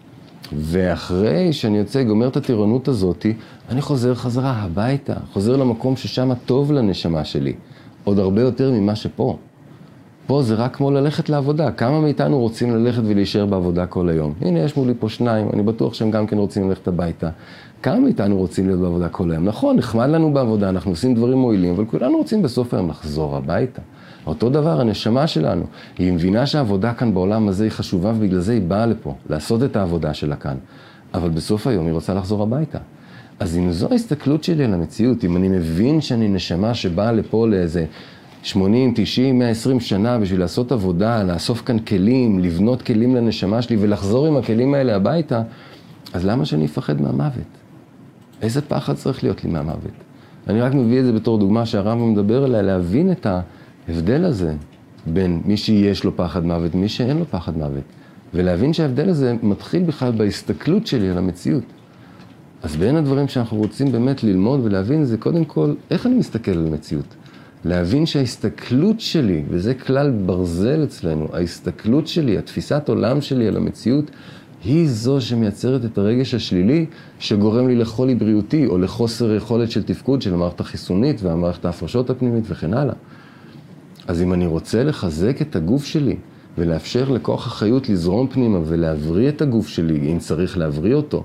ואחרי שאני יוצא, גומר את הטירונות הזאת, אני חוזר חזרה הביתה, חוזר למקום ששם טוב לנשמה שלי, עוד הרבה יותר ממה שפה. פה זה רק כמו ללכת לעבודה. כמה מאיתנו רוצים ללכת ולהישאר בעבודה כל היום? הנה, יש מולי פה שניים, אני בטוח שהם גם כן רוצים ללכת הביתה. כמה מאיתנו רוצים להיות בעבודה כל היום? נכון, נחמד לנו בעבודה, אנחנו עושים דברים מועילים, אבל כולנו רוצים בסוף היום לחזור הביתה. אותו דבר, הנשמה שלנו, היא מבינה שהעבודה כאן בעולם הזה היא חשובה, ובגלל זה היא באה לפה, לעשות את העבודה שלה כאן. אבל בסוף היום היא רוצה לחזור הביתה. אז אם זו ההסתכלות שלי על המציאות, אם אני מבין שאני נשמה שבאה לפה לאיזה שמונים, תשעים, מאה ועשרים שנה בשביל לעשות עבודה, לאסוף כאן כלים, לבנות כלים לנשמה שלי ולחזור עם הכלים האלה הביתה, אז למה שאני אפחד מהמוות? איזה פחד צריך להיות לי מהמוות? אני רק מביא את זה בתור דוגמה שהרמב"ם מדבר עליה, להבין את ההבדל הזה בין מי שיש לו פחד מוות ומי שאין לו פחד מוות. ולהבין שההבדל הזה מתחיל בכלל בהסתכלות שלי על המציאות. אז בין הדברים שאנחנו רוצים באמת ללמוד ולהבין זה קודם כל, איך אני מסתכל על המציאות? להבין שההסתכלות שלי, וזה כלל ברזל אצלנו, ההסתכלות שלי, התפיסת עולם שלי על המציאות, היא זו שמייצרת את הרגש השלילי שגורם לי לחולי בריאותי או לחוסר יכולת של תפקוד של המערכת החיסונית והמערכת ההפרשות הפנימית וכן הלאה. אז אם אני רוצה לחזק את הגוף שלי ולאפשר לכוח החיות לזרום פנימה ולהבריא את הגוף שלי, אם צריך להבריא אותו,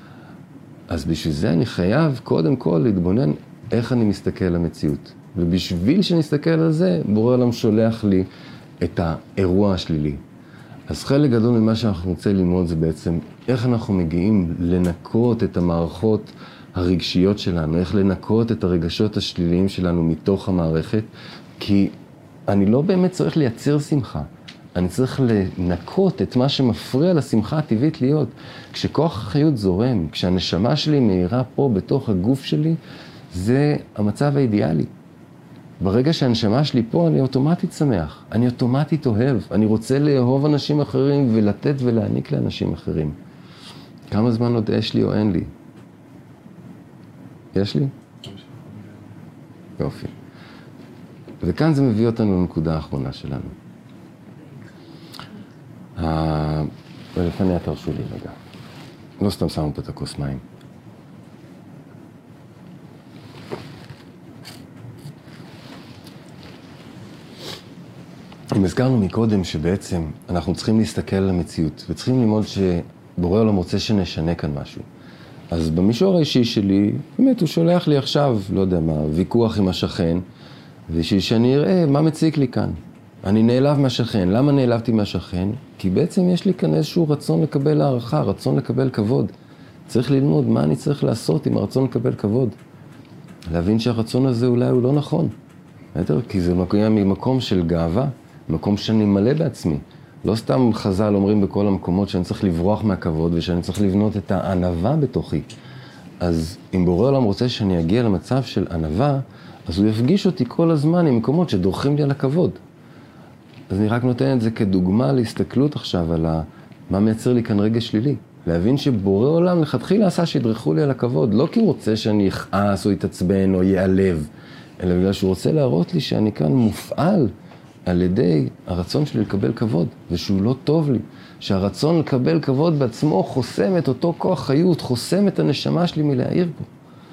אז בשביל זה אני חייב קודם כל להתבונן איך אני מסתכל על המציאות. ובשביל שנסתכל על זה, בורא עולם שולח לי את האירוע השלילי. אז חלק גדול ממה שאנחנו רוצה ללמוד זה בעצם איך אנחנו מגיעים לנקות את המערכות הרגשיות שלנו, איך לנקות את הרגשות השליליים שלנו מתוך המערכת, כי אני לא באמת צריך לייצר שמחה, אני צריך לנקות את מה שמפריע לשמחה הטבעית להיות. כשכוח החיות זורם, כשהנשמה שלי מהירה פה בתוך הגוף שלי, זה המצב האידיאלי. ברגע שהנשמה שלי פה, אני אוטומטית שמח. אני אוטומטית אוהב. אני רוצה לאהוב אנשים אחרים ולתת ולהעניק לאנשים אחרים. כמה זמן עוד יש לי או אין לי? יש לי? יופי. וכאן זה מביא אותנו לנקודה האחרונה שלנו. ולפניה תרשו לי רגע. לא סתם שמו פה את הכוס מים. אם הזכרנו מקודם שבעצם אנחנו צריכים להסתכל על המציאות וצריכים ללמוד שבורא עולם רוצה שנשנה כאן משהו. אז במישור האישי שלי, באמת הוא שולח לי עכשיו, לא יודע מה, ויכוח עם השכן, בשביל שאני אראה מה מציק לי כאן. אני נעלב מהשכן. למה נעלבתי מהשכן? כי בעצם יש לי כאן איזשהו רצון לקבל הערכה, רצון לקבל כבוד. צריך ללמוד מה אני צריך לעשות עם הרצון לקבל כבוד. להבין שהרצון הזה אולי הוא לא נכון. כי זה מגיע ממקום של גאווה, מקום שאני מלא בעצמי. לא סתם חז"ל אומרים בכל המקומות שאני צריך לברוח מהכבוד ושאני צריך לבנות את הענווה בתוכי. אז אם בורא עולם רוצה שאני אגיע למצב של ענווה, אז הוא יפגיש אותי כל הזמן עם מקומות שדורכים לי על הכבוד. אז אני רק נותן את זה כדוגמה להסתכלות עכשיו על מה מייצר לי כאן רגש שלילי. להבין שבורא עולם לכתחילה עשה שידרכו לי על הכבוד, לא כי הוא רוצה שאני אכעס או יתעצבן או ייעלב, אלא בגלל שהוא רוצה להראות לי שאני כאן מופעל על ידי הרצון שלי לקבל כבוד, ושהוא לא טוב לי. שהרצון לקבל כבוד בעצמו חוסם את אותו כוח חיות, חוסם את הנשמה שלי מלהעיר פה.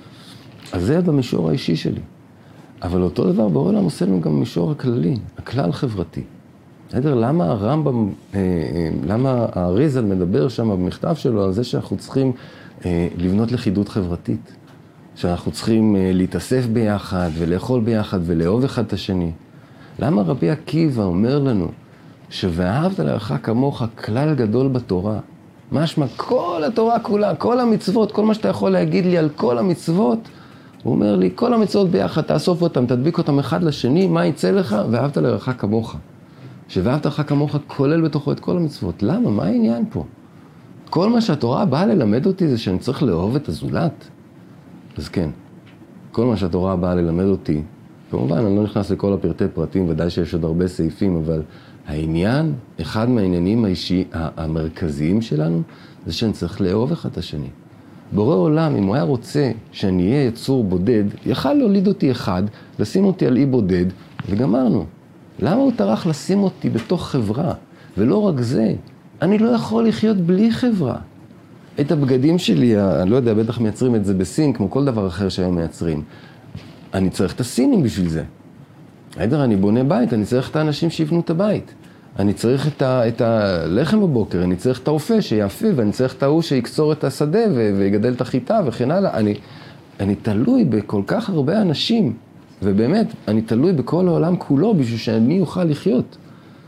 אז זה במישור האישי שלי. אבל אותו דבר בעולם עושה לנו גם במישור הכללי, הכלל חברתי. בסדר, למה הרמב"ם, למה האריזל מדבר שם במכתב שלו על זה שאנחנו צריכים לבנות לכידות חברתית? שאנחנו צריכים להתאסף ביחד ולאכול ביחד ולאהוב אחד את השני. למה רבי עקיבא אומר לנו שוואהבת לרעך כמוך כלל גדול בתורה? משמע כל התורה כולה, כל המצוות, כל מה שאתה יכול להגיד לי על כל המצוות, הוא אומר לי, כל המצוות ביחד, תאסוף אותם, תדביק אותם אחד לשני, מה יצא לך? ואהבת לרעך כמוך. שוואהבת לרעך כמוך כולל בתוכו את כל המצוות. למה? מה העניין פה? כל מה שהתורה באה ללמד אותי זה שאני צריך לאהוב את הזולת. אז כן, כל מה שהתורה באה ללמד אותי, כמובן, אני לא נכנס לכל הפרטי פרטים, ודאי שיש עוד הרבה סעיפים, אבל העניין, אחד מהעניינים האישי, המרכזיים שלנו, זה שאני צריך לאהוב אחד את השני. בורא עולם, אם הוא היה רוצה שאני אהיה יצור בודד, יכל להוליד אותי אחד, לשים אותי על אי בודד, וגמרנו. למה הוא טרח לשים אותי בתוך חברה? ולא רק זה, אני לא יכול לחיות בלי חברה. את הבגדים שלי, אני לא יודע, בטח מייצרים את זה בסין, כמו כל דבר אחר שהיום מייצרים. אני צריך את הסינים בשביל זה. הידר, אני בונה בית, אני צריך את האנשים שיבנו את הבית. אני צריך את, ה, את הלחם בבוקר, אני צריך את האופה שיאפה, ואני צריך את ההוא שיקצור את השדה ויגדל את החיטה וכן הלאה. אני, אני תלוי בכל כך הרבה אנשים, ובאמת, אני תלוי בכל העולם כולו בשביל שאני אוכל לחיות.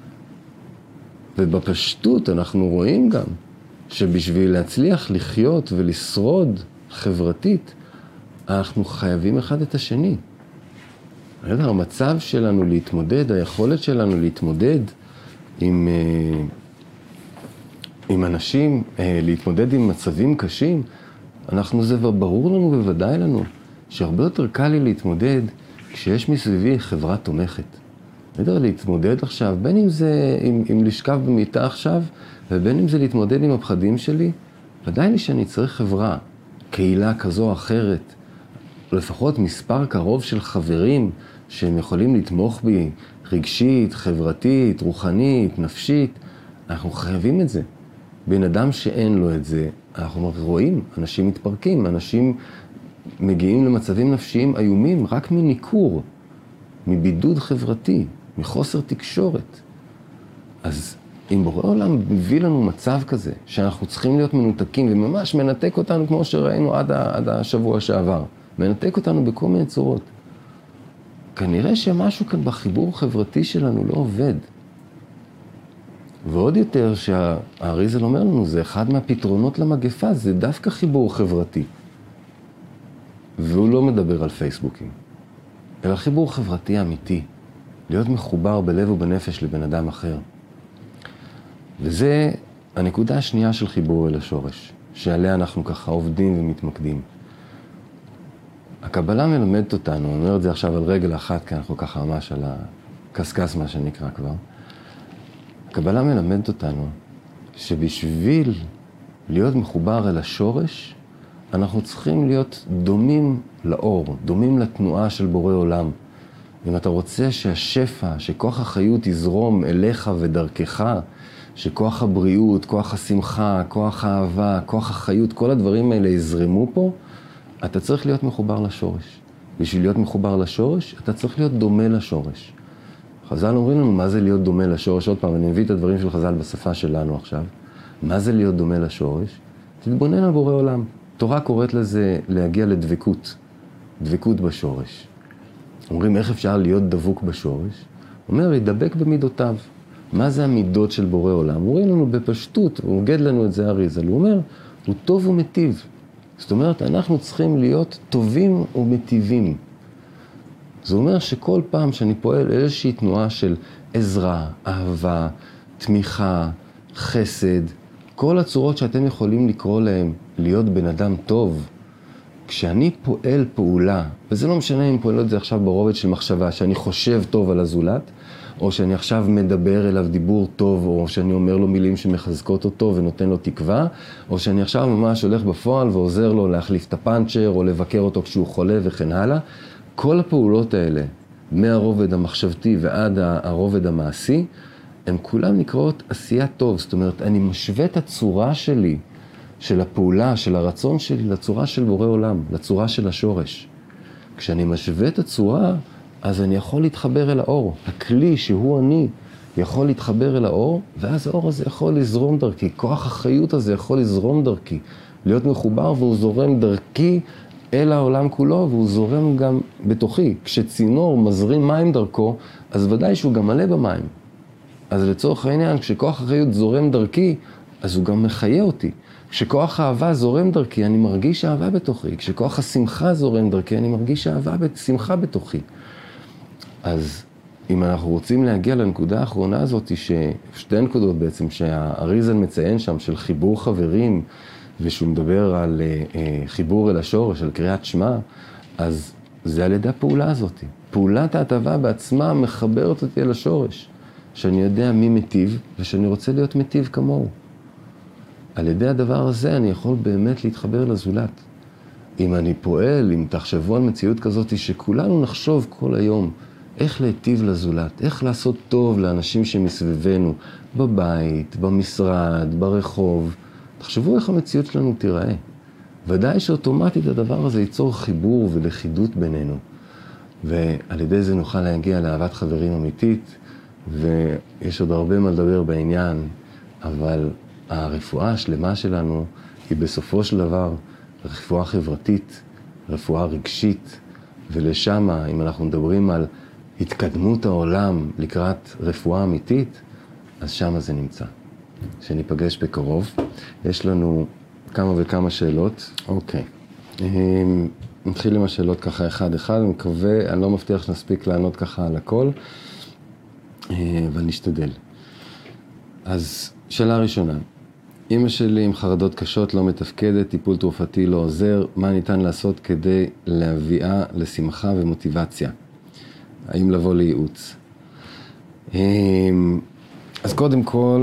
ובפשטות אנחנו רואים גם שבשביל להצליח לחיות ולשרוד חברתית, אנחנו חייבים אחד את השני. המצב שלנו להתמודד, היכולת שלנו להתמודד עם, עם אנשים, להתמודד עם מצבים קשים, אנחנו, זה ברור לנו בוודאי לנו, שהרבה יותר קל לי להתמודד כשיש מסביבי חברה תומכת. בסדר, להתמודד עכשיו, בין אם זה עם, עם לשכב במיטה עכשיו, ובין אם זה להתמודד עם הפחדים שלי, ודאי לי שאני צריך חברה, קהילה כזו או אחרת, לפחות מספר קרוב של חברים שהם יכולים לתמוך בי רגשית, חברתית, רוחנית, נפשית. אנחנו חייבים את זה. בן אדם שאין לו את זה, אנחנו רואים, אנשים מתפרקים, אנשים מגיעים למצבים נפשיים איומים רק מניקור, מבידוד חברתי, מחוסר תקשורת. אז אם בורא עולם מביא לנו מצב כזה, שאנחנו צריכים להיות מנותקים וממש מנתק אותנו כמו שראינו עד, עד השבוע שעבר, מנתק אותנו בכל מיני צורות. כנראה שמשהו כאן בחיבור החברתי שלנו לא עובד. ועוד יותר שהאריזל אומר לנו, זה אחד מהפתרונות למגפה, זה דווקא חיבור חברתי. והוא לא מדבר על פייסבוקים, אלא חיבור חברתי אמיתי, להיות מחובר בלב ובנפש לבן אדם אחר. וזה הנקודה השנייה של חיבור אל השורש, שעליה אנחנו ככה עובדים ומתמקדים. הקבלה מלמדת אותנו, אני אומר את זה עכשיו על רגל אחת, כי אנחנו ככה ממש על הקסקס, מה שנקרא כבר. הקבלה מלמדת אותנו שבשביל להיות מחובר אל השורש, אנחנו צריכים להיות דומים לאור, דומים לתנועה של בורא עולם. אם אתה רוצה שהשפע, שכוח החיות יזרום אליך ודרכך, שכוח הבריאות, כוח השמחה, כוח האהבה, כוח החיות, כל הדברים האלה יזרמו פה, אתה צריך להיות מחובר לשורש. בשביל להיות מחובר לשורש, אתה צריך להיות דומה לשורש. חז"ל אומרים לנו מה זה להיות דומה לשורש. עוד פעם, אני מביא את הדברים של חז"ל בשפה שלנו עכשיו. מה זה להיות דומה לשורש? תתבונן על בורא עולם. תורה קוראת לזה להגיע לדבקות. דבקות בשורש. אומרים איך אפשר להיות דבוק בשורש? אומר, ידבק במידותיו. מה זה המידות של בורא עולם? אומרים לנו בפשטות, הוא מוגד לנו את זה אריזל. הוא אומר, הוא טוב ומטיב. זאת אומרת, אנחנו צריכים להיות טובים ומטיבים. זה אומר שכל פעם שאני פועל איזושהי תנועה של עזרה, אהבה, תמיכה, חסד, כל הצורות שאתם יכולים לקרוא להם להיות בן אדם טוב, כשאני פועל פעולה, וזה לא משנה אם פועל את זה עכשיו ברובד של מחשבה, שאני חושב טוב על הזולת, או שאני עכשיו מדבר אליו דיבור טוב, או שאני אומר לו מילים שמחזקות אותו ונותן לו תקווה, או שאני עכשיו ממש הולך בפועל ועוזר לו להחליף את הפאנצ'ר, או לבקר אותו כשהוא חולה וכן הלאה. כל הפעולות האלה, מהרובד המחשבתי ועד הרובד המעשי, הן כולן נקראות עשייה טוב. זאת אומרת, אני משווה את הצורה שלי, של הפעולה, של הרצון שלי, לצורה של בורא עולם, לצורה של השורש. כשאני משווה את הצורה, אז אני יכול להתחבר אל האור. הכלי שהוא אני יכול להתחבר אל האור, ואז האור הזה יכול לזרום דרכי. כוח החיות הזה יכול לזרום דרכי, להיות מחובר, והוא זורם דרכי אל העולם כולו, והוא זורם גם בתוכי. כשצינור מזרים מים דרכו, אז ודאי שהוא גם מלא במים. אז לצורך העניין, כשכוח החיות זורם דרכי, אז הוא גם מחיה אותי. כשכוח האהבה זורם דרכי, אני מרגיש אהבה בתוכי. כשכוח השמחה זורם דרכי, אני מרגיש אהבה ושמחה בתוכי. אז אם אנחנו רוצים להגיע לנקודה האחרונה הזאת, ששתי נקודות בעצם, שהאריזל מציין שם, של חיבור חברים, ושהוא מדבר על uh, חיבור אל השורש, על קריאת שמע, אז זה על ידי הפעולה הזאת. פעולת ההטבה בעצמה מחברת אותי אל השורש, שאני יודע מי מטיב, ושאני רוצה להיות מטיב כמוהו. על ידי הדבר הזה אני יכול באמת להתחבר לזולת. אם אני פועל, אם תחשבו על מציאות כזאת, שכולנו נחשוב כל היום, איך להיטיב לזולת, איך לעשות טוב לאנשים שמסביבנו, בבית, במשרד, ברחוב. תחשבו איך המציאות שלנו תיראה. ודאי שאוטומטית הדבר הזה ייצור חיבור ולכידות בינינו. ועל ידי זה נוכל להגיע לאהבת חברים אמיתית, ויש עוד הרבה מה לדבר בעניין, אבל הרפואה השלמה שלנו היא בסופו של דבר רפואה חברתית, רפואה רגשית, ולשם, אם אנחנו מדברים על התקדמות העולם לקראת רפואה אמיתית, אז שם זה נמצא. שניפגש בקרוב. יש לנו כמה וכמה שאלות. אוקיי. נתחיל עם השאלות ככה אחד אחד. אני מקווה, אני לא מבטיח שנספיק לענות ככה על הכל, אבל נשתדל. אז שאלה ראשונה. אמא שלי עם חרדות קשות לא מתפקדת, טיפול תרופתי לא עוזר, מה ניתן לעשות כדי להביאה לשמחה ומוטיבציה? האם לבוא לייעוץ? אז קודם כל,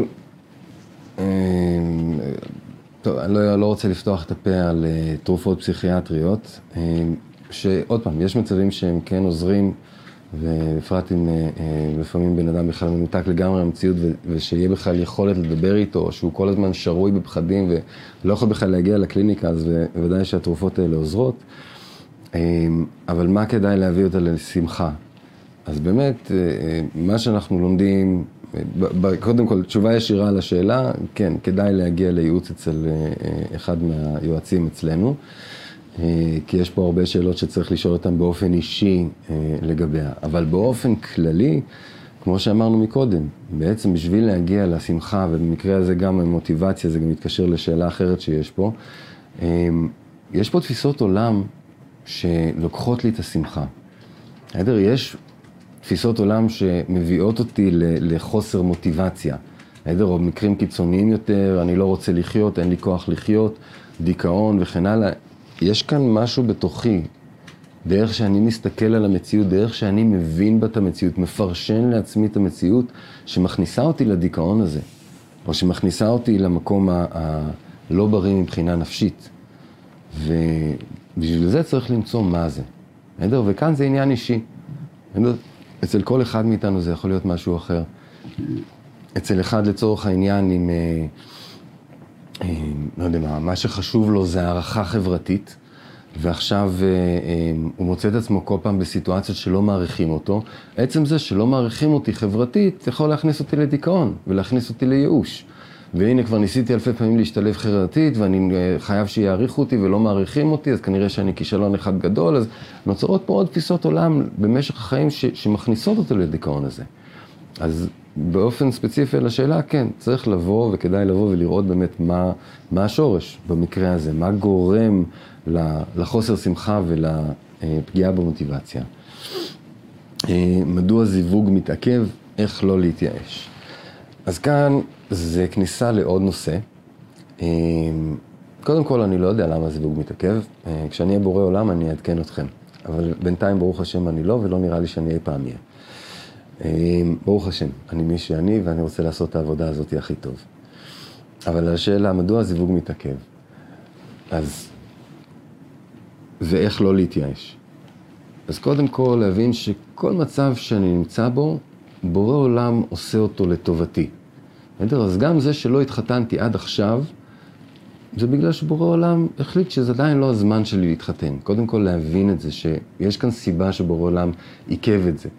טוב, אני לא, לא רוצה לפתוח את הפה על תרופות פסיכיאטריות, שעוד פעם, יש מצבים שהם כן עוזרים, ובפרט אם לפעמים בן אדם בכלל מנותק לגמרי המציאות, ושיהיה בכלל יכולת לדבר איתו, שהוא כל הזמן שרוי בפחדים ולא יכול בכלל להגיע לקליניקה, אז ודאי שהתרופות האלה עוזרות. אבל מה כדאי להביא אותה לשמחה? אז באמת, מה שאנחנו לומדים, קודם כל, תשובה ישירה על השאלה, כן, כדאי להגיע לייעוץ אצל אחד מהיועצים אצלנו, כי יש פה הרבה שאלות שצריך לשאול אותם באופן אישי לגביה. אבל באופן כללי, כמו שאמרנו מקודם, בעצם בשביל להגיע לשמחה, ובמקרה הזה גם המוטיבציה, זה גם מתקשר לשאלה אחרת שיש פה, יש פה תפיסות עולם שלוקחות לי את השמחה. יש תפיסות עולם שמביאות אותי לחוסר מוטיבציה. או במקרים קיצוניים יותר, אני לא רוצה לחיות, אין לי כוח לחיות, דיכאון וכן הלאה. יש כאן משהו בתוכי דרך שאני מסתכל על המציאות, דרך שאני מבין בה את המציאות, מפרשן לעצמי את המציאות שמכניסה אותי לדיכאון הזה, או שמכניסה אותי למקום הלא בריא מבחינה נפשית. ובשביל זה צריך למצוא מה זה. וכאן זה עניין אישי. אצל כל אחד מאיתנו זה יכול להיות משהו אחר. אצל אחד לצורך העניין עם, לא יודע מה, מה שחשוב לו זה הערכה חברתית, ועכשיו הוא מוצא את עצמו כל פעם בסיטואציות שלא מעריכים אותו. עצם זה שלא מעריכים אותי חברתית יכול להכניס אותי לדיכאון ולהכניס אותי לייאוש. והנה כבר ניסיתי אלפי פעמים להשתלב חברתית ואני חייב שיעריכו אותי ולא מעריכים אותי, אז כנראה שאני כישלון אחד גדול, אז נוצרות פה עוד תפיסות עולם במשך החיים ש- שמכניסות אותי לדיכאון הזה. אז באופן ספציפי לשאלה, כן, צריך לבוא וכדאי לבוא ולראות באמת מה, מה השורש במקרה הזה, מה גורם לחוסר שמחה ולפגיעה במוטיבציה. מדוע זיווג מתעכב, איך לא להתייאש. אז כאן זה כניסה לעוד נושא. קודם כל אני לא יודע למה זיווג מתעכב, כשאני אהיה בורא עולם אני אעדכן אתכם, אבל בינתיים ברוך השם אני לא, ולא נראה לי שאני אי פעם יהיה. ברוך השם, אני מי שאני ואני רוצה לעשות את העבודה הזאת הכי טוב. אבל השאלה, מדוע הזיווג מתעכב? אז, ואיך לא להתייאש? אז קודם כל להבין שכל מצב שאני נמצא בו, בורא עולם עושה אותו לטובתי. אז גם זה שלא התחתנתי עד עכשיו, זה בגלל שבורא עולם החליט שזה עדיין לא הזמן שלי להתחתן. קודם כל להבין את זה, שיש כאן סיבה שבורא עולם עיכב את זה.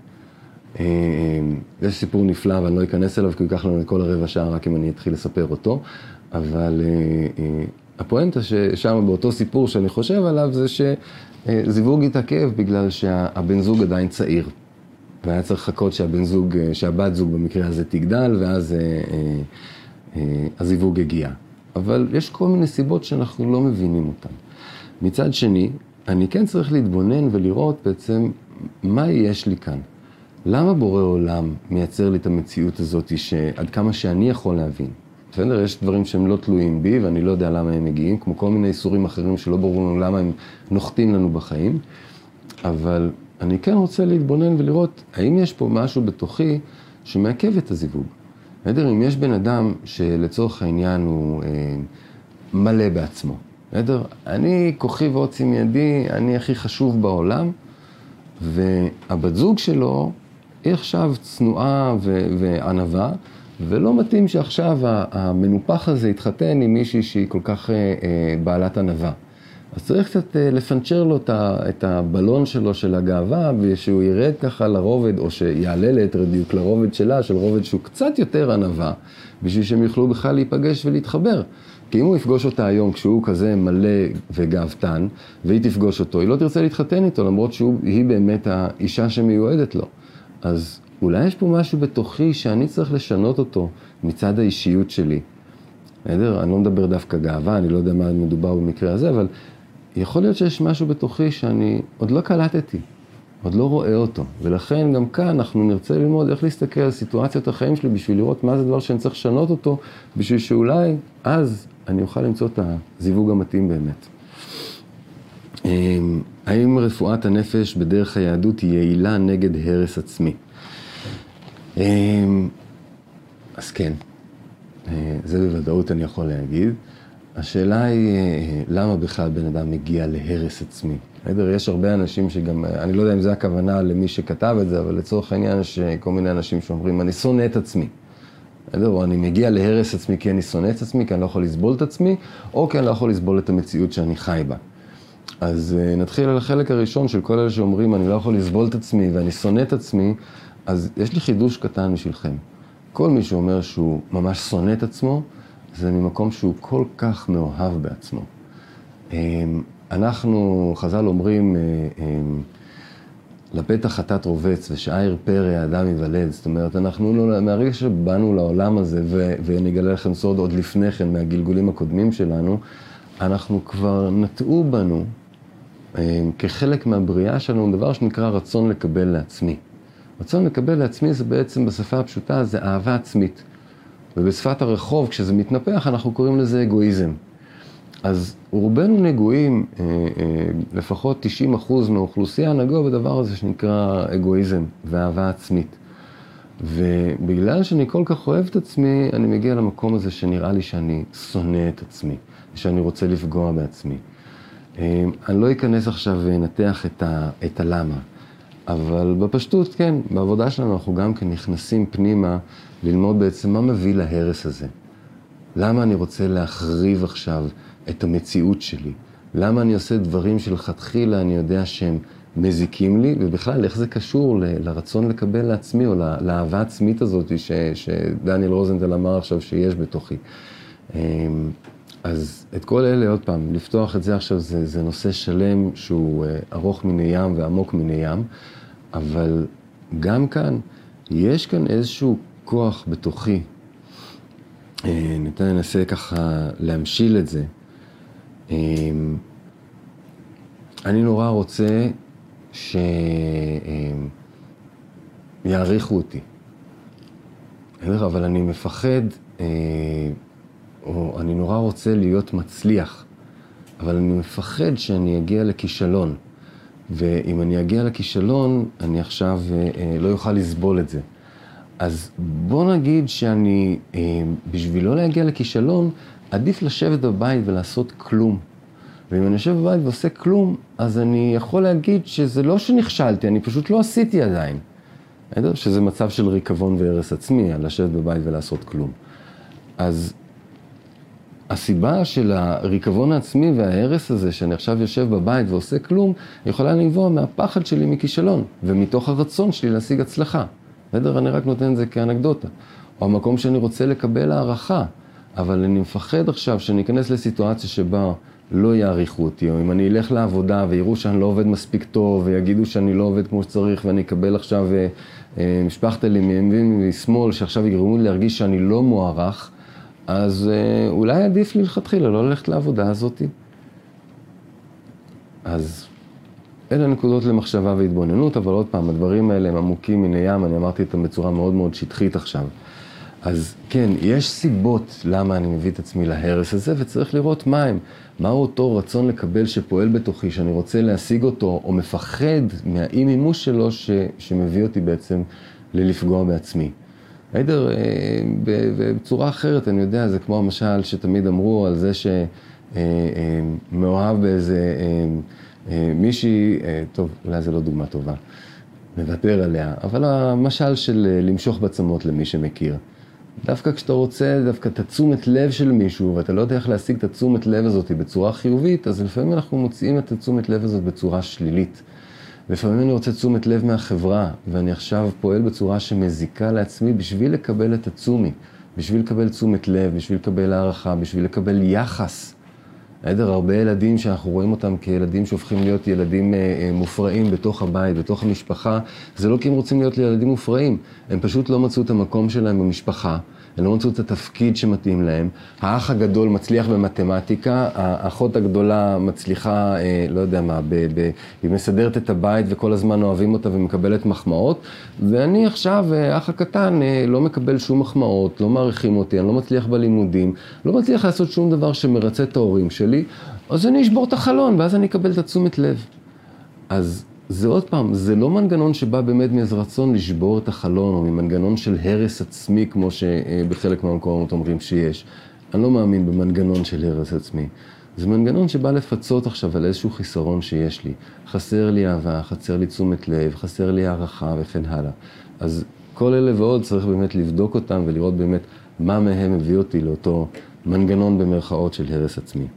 יש סיפור נפלא, ואני לא אכנס אליו, כי הוא ייקח לנו את כל הרבע שעה, רק אם אני אתחיל לספר אותו. אבל הפואנטה ששם באותו סיפור שאני חושב עליו, זה שזיווג התעכב בגלל שהבן זוג עדיין צעיר. והיה צריך לחכות שהבן זוג, שהבת זוג במקרה הזה תגדל, ואז הזיווג הגיע. אבל יש כל מיני סיבות שאנחנו לא מבינים אותן. מצד שני, אני כן צריך להתבונן ולראות בעצם מה יש לי כאן. למה בורא עולם מייצר לי את המציאות הזאת שעד כמה שאני יכול להבין? בסדר, יש דברים שהם לא תלויים בי ואני לא יודע למה הם מגיעים, כמו כל מיני איסורים אחרים שלא ברור לנו למה הם נוחתים לנו בחיים. אבל אני כן רוצה להתבונן ולראות האם יש פה משהו בתוכי שמעכב את הזיווג. בסדר, אם יש בן אדם שלצורך העניין הוא אה, מלא בעצמו. בסדר, אני כוחי ועוצי מידי, אני הכי חשוב בעולם, והבת זוג שלו היא עכשיו צנועה ו- וענבה, ולא מתאים שעכשיו המנופח הזה יתחתן עם מישהי שהיא כל כך אה, אה, בעלת ענבה. אז צריך קצת אה, לפנצ'ר לו את הבלון שלו של הגאווה, ושהוא ירד ככה לרובד, או שיעלה ליתר דיוק לרובד שלה, של רובד שהוא קצת יותר ענבה, בשביל שהם יוכלו בכלל להיפגש ולהתחבר. כי אם הוא יפגוש אותה היום כשהוא כזה מלא וגאוותן, והיא תפגוש אותו, היא לא תרצה להתחתן איתו, למרות שהיא באמת האישה שמיועדת לו. אז אולי יש פה משהו בתוכי שאני צריך לשנות אותו מצד האישיות שלי. בסדר? אני לא מדבר דווקא גאווה, אני לא יודע מה מדובר במקרה הזה, אבל יכול להיות שיש משהו בתוכי שאני עוד לא קלטתי, עוד לא רואה אותו. ולכן גם כאן אנחנו נרצה ללמוד איך להסתכל על סיטואציות החיים שלי בשביל לראות מה זה דבר שאני צריך לשנות אותו, בשביל שאולי אז אני אוכל למצוא את הזיווג המתאים באמת. האם רפואת הנפש בדרך היהדות היא יעילה נגד הרס עצמי? אז כן, זה בוודאות אני יכול להגיד. השאלה היא, למה בכלל בן אדם מגיע להרס עצמי? יש הרבה אנשים שגם, אני לא יודע אם זה הכוונה למי שכתב את זה, אבל לצורך העניין יש כל מיני אנשים שאומרים, אני שונא את עצמי. או אני מגיע להרס עצמי כי אני שונא את עצמי, כי אני לא יכול לסבול את עצמי, או כי אני לא יכול לסבול את המציאות שאני חי בה. אז נתחיל על החלק הראשון של כל אלה שאומרים, אני לא יכול לסבול את עצמי ואני שונא את עצמי, אז יש לי חידוש קטן בשבילכם. כל מי שאומר שהוא ממש שונא את עצמו, זה ממקום שהוא כל כך מאוהב בעצמו. אנחנו, חז"ל אומרים, לפתח חטאת רובץ ושעיר פרא האדם ייוולד. זאת אומרת, אנחנו מהרגע שבאנו לעולם הזה, ונגלה לכם סוד עוד לפני כן מהגלגולים הקודמים שלנו, אנחנו כבר נטעו בנו, כחלק מהבריאה שלנו, דבר שנקרא רצון לקבל לעצמי. רצון לקבל לעצמי זה בעצם בשפה הפשוטה, זה אהבה עצמית. ובשפת הרחוב, כשזה מתנפח, אנחנו קוראים לזה אגואיזם. אז רובנו נגועים, לפחות תשעים אחוז מהאוכלוסייה נגוע בדבר הזה שנקרא אגואיזם ואהבה עצמית. ובגלל שאני כל כך אוהב את עצמי, אני מגיע למקום הזה שנראה לי שאני שונא את עצמי, שאני רוצה לפגוע בעצמי. אני לא אכנס עכשיו ונתח את, ה, את הלמה, אבל בפשטות, כן, בעבודה שלנו אנחנו גם כן נכנסים פנימה ללמוד בעצם מה מביא להרס הזה. למה אני רוצה להחריב עכשיו את המציאות שלי? למה אני עושה דברים שלכתחילה אני יודע שהם מזיקים לי, ובכלל איך זה קשור ל, לרצון לקבל לעצמי, או לה, לאהבה עצמית הזאת ש, שדניאל רוזנטל אמר עכשיו שיש בתוכי. אז את כל אלה, עוד פעם, לפתוח את זה עכשיו, זה, זה נושא שלם שהוא ארוך מן הים ועמוק מן הים, אבל גם כאן, יש כאן איזשהו כוח בתוכי. ניתן ננסה ככה להמשיל את זה. אני נורא רוצה שיעריכו אותי. אבל אני מפחד, או אני נורא רוצה להיות מצליח, אבל אני מפחד שאני אגיע לכישלון. ואם אני אגיע לכישלון, אני עכשיו לא יוכל לסבול את זה. אז בוא נגיד שאני, בשביל לא להגיע לכישלון, עדיף לשבת בבית ולעשות כלום. ואם אני יושב בבית ועושה כלום, אז אני יכול להגיד שזה לא שנכשלתי, אני פשוט לא עשיתי עדיין. שזה מצב של ריקבון והרס עצמי, על לשבת בבית ולעשות כלום. אז הסיבה של הריקבון העצמי וההרס הזה, שאני עכשיו יושב בבית ועושה כלום, יכולה לנבוע מהפחד שלי מכישלון, ומתוך הרצון שלי להשיג הצלחה. בסדר? אני רק נותן את זה כאנקדוטה. או המקום שאני רוצה לקבל הערכה, אבל אני מפחד עכשיו שאני אכנס לסיטואציה שבה לא יעריכו אותי, או אם אני אלך לעבודה ויראו שאני לא עובד מספיק טוב, ויגידו שאני לא עובד כמו שצריך, ואני אקבל עכשיו משפחת לי מימין ומשמאל, שעכשיו יגרמו לי להרגיש שאני לא מוערך, אז אולי עדיף לי לכתחילה לא ללכת לעבודה הזאת. אז אלה נקודות למחשבה והתבוננות, אבל עוד פעם, הדברים האלה הם עמוקים מן הים, אני אמרתי אותם בצורה מאוד מאוד שטחית עכשיו. אז כן, יש סיבות למה אני מביא את עצמי להרס הזה, וצריך לראות מה הם. מהו אותו רצון לקבל שפועל בתוכי, שאני רוצה להשיג אותו, או מפחד מהאי מימוש שלו, ש, שמביא אותי בעצם ללפגוע בעצמי. הידר, בצורה אחרת, אני יודע, זה כמו המשל שתמיד אמרו על זה שמאוהב באיזה מישהי, טוב, אולי זה לא דוגמה טובה, מוותר עליה, אבל המשל של למשוך בעצמות למי שמכיר. דווקא כשאתה רוצה, דווקא את התשומת לב של מישהו, ואתה לא יודע איך להשיג את התשומת לב הזאת בצורה חיובית, אז לפעמים אנחנו מוצאים את התשומת לב הזאת בצורה שלילית. לפעמים אני רוצה תשומת לב מהחברה, ואני עכשיו פועל בצורה שמזיקה לעצמי בשביל לקבל את התשומי, בשביל לקבל תשומת לב, בשביל לקבל הערכה, בשביל לקבל יחס. הידר, הרבה ילדים שאנחנו רואים אותם כילדים שהופכים להיות ילדים מופרעים בתוך הבית, בתוך המשפחה, זה לא כי הם רוצים להיות ילדים מופרעים, הם פשוט לא מצאו את המקום שלהם במשפחה, הם לא מצאו את התפקיד שמתאים להם. האח הגדול מצליח במתמטיקה, האחות הגדולה מצליחה, לא יודע מה, ב- ב- היא מסדרת את הבית וכל הזמן אוהבים אותה ומקבלת מחמאות, ואני עכשיו, האח הקטן, לא מקבל שום מחמאות, לא מעריכים אותי, אני לא מצליח בלימודים, לא מצליח לעשות שום דבר שמרצה את ההורים שלי, אז אני אשבור את החלון, ואז אני אקבל את התשומת לב. אז זה עוד פעם, זה לא מנגנון שבא באמת מאיזה רצון לשבור את החלון, או ממנגנון של הרס עצמי, כמו שבחלק מהמקומות אומרים שיש. אני לא מאמין במנגנון של הרס עצמי. זה מנגנון שבא לפצות עכשיו על איזשהו חיסרון שיש לי. חסר לי אהבה, חסר לי תשומת לב, חסר לי הערכה וכן הלאה. אז כל אלה ועוד צריך באמת לבדוק אותם ולראות באמת מה מהם הביא אותי לאותו מנגנון במרכאות של הרס עצמי.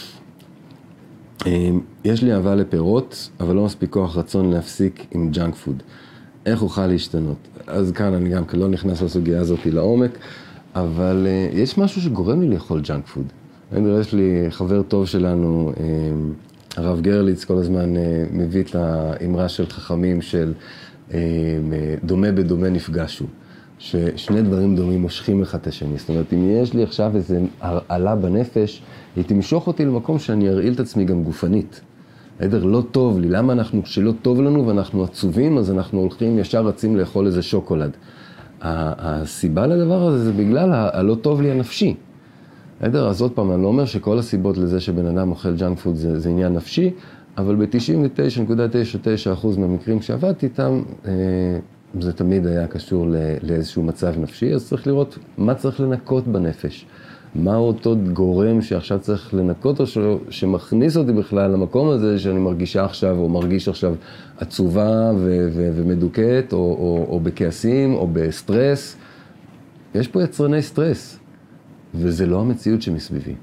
יש לי אהבה לפירות, אבל לא מספיק כוח רצון להפסיק עם ג'אנק פוד. איך אוכל להשתנות? אז כאן אני גם לא נכנס לסוגיה הזאת לעומק, אבל יש משהו שגורם לי לאכול ג'אנק פוד. יש לי חבר טוב שלנו, הרב גרליץ, כל הזמן מביא את האמרה של חכמים של דומה בדומה נפגשו. ששני דברים דומים מושכים אחד את השני. זאת אומרת, אם יש לי עכשיו איזו הרעלה בנפש, היא תמשוך אותי למקום שאני ארעיל את עצמי גם גופנית. הידר, לא טוב לי. למה אנחנו, כשלא טוב לנו ואנחנו עצובים, אז אנחנו הולכים ישר רצים לאכול איזה שוקולד. הסיבה לדבר הזה זה בגלל הלא טוב לי הנפשי. בסדר? אז עוד פעם, אני לא אומר שכל הסיבות לזה שבן אדם אוכל ג'אנק פוד זה, זה עניין נפשי, אבל ב-תשעים ותשע נקודה תשעים ותשע אחוז מהמקרים שעבדתי איתם, זה תמיד היה קשור לאיזשהו מצב נפשי, אז צריך לראות מה צריך לנקות בנפש. מה אותו גורם שעכשיו צריך לנקות או שמכניס אותי בכלל למקום הזה שאני מרגישה עכשיו או מרגיש עכשיו עצובה ו- ו- ומדוכאת או, או, או בכעסים או בסטרס. יש פה יצרני סטרס, וזה לא המציאות שמסביבי.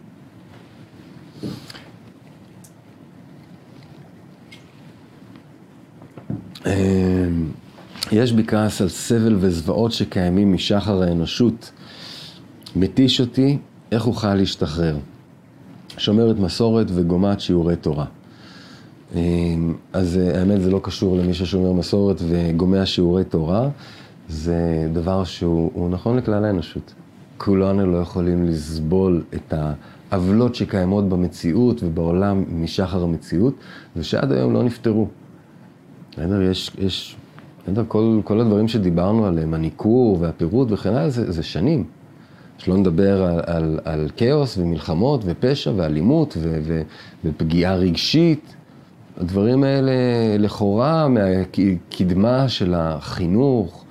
יש בי כעס על סבל וזוועות שקיימים משחר האנושות. מתיש אותי, איך אוכל להשתחרר? שומרת מסורת וגומת שיעורי תורה. אז האמת זה לא קשור למי ששומר מסורת וגומע שיעורי תורה, זה דבר שהוא נכון לכלל האנושות. כולנו לא יכולים לסבול את העוולות שקיימות במציאות ובעולם משחר המציאות, ושעד היום לא נפטרו. יש, יש, כל, כל הדברים שדיברנו עליהם, הניכור והפירוט וכן הלאה, זה, זה שנים. שלא נדבר על, על, על כאוס ומלחמות ופשע ואלימות ו, ו, ופגיעה רגשית. הדברים האלה לכאורה מהקדמה של החינוך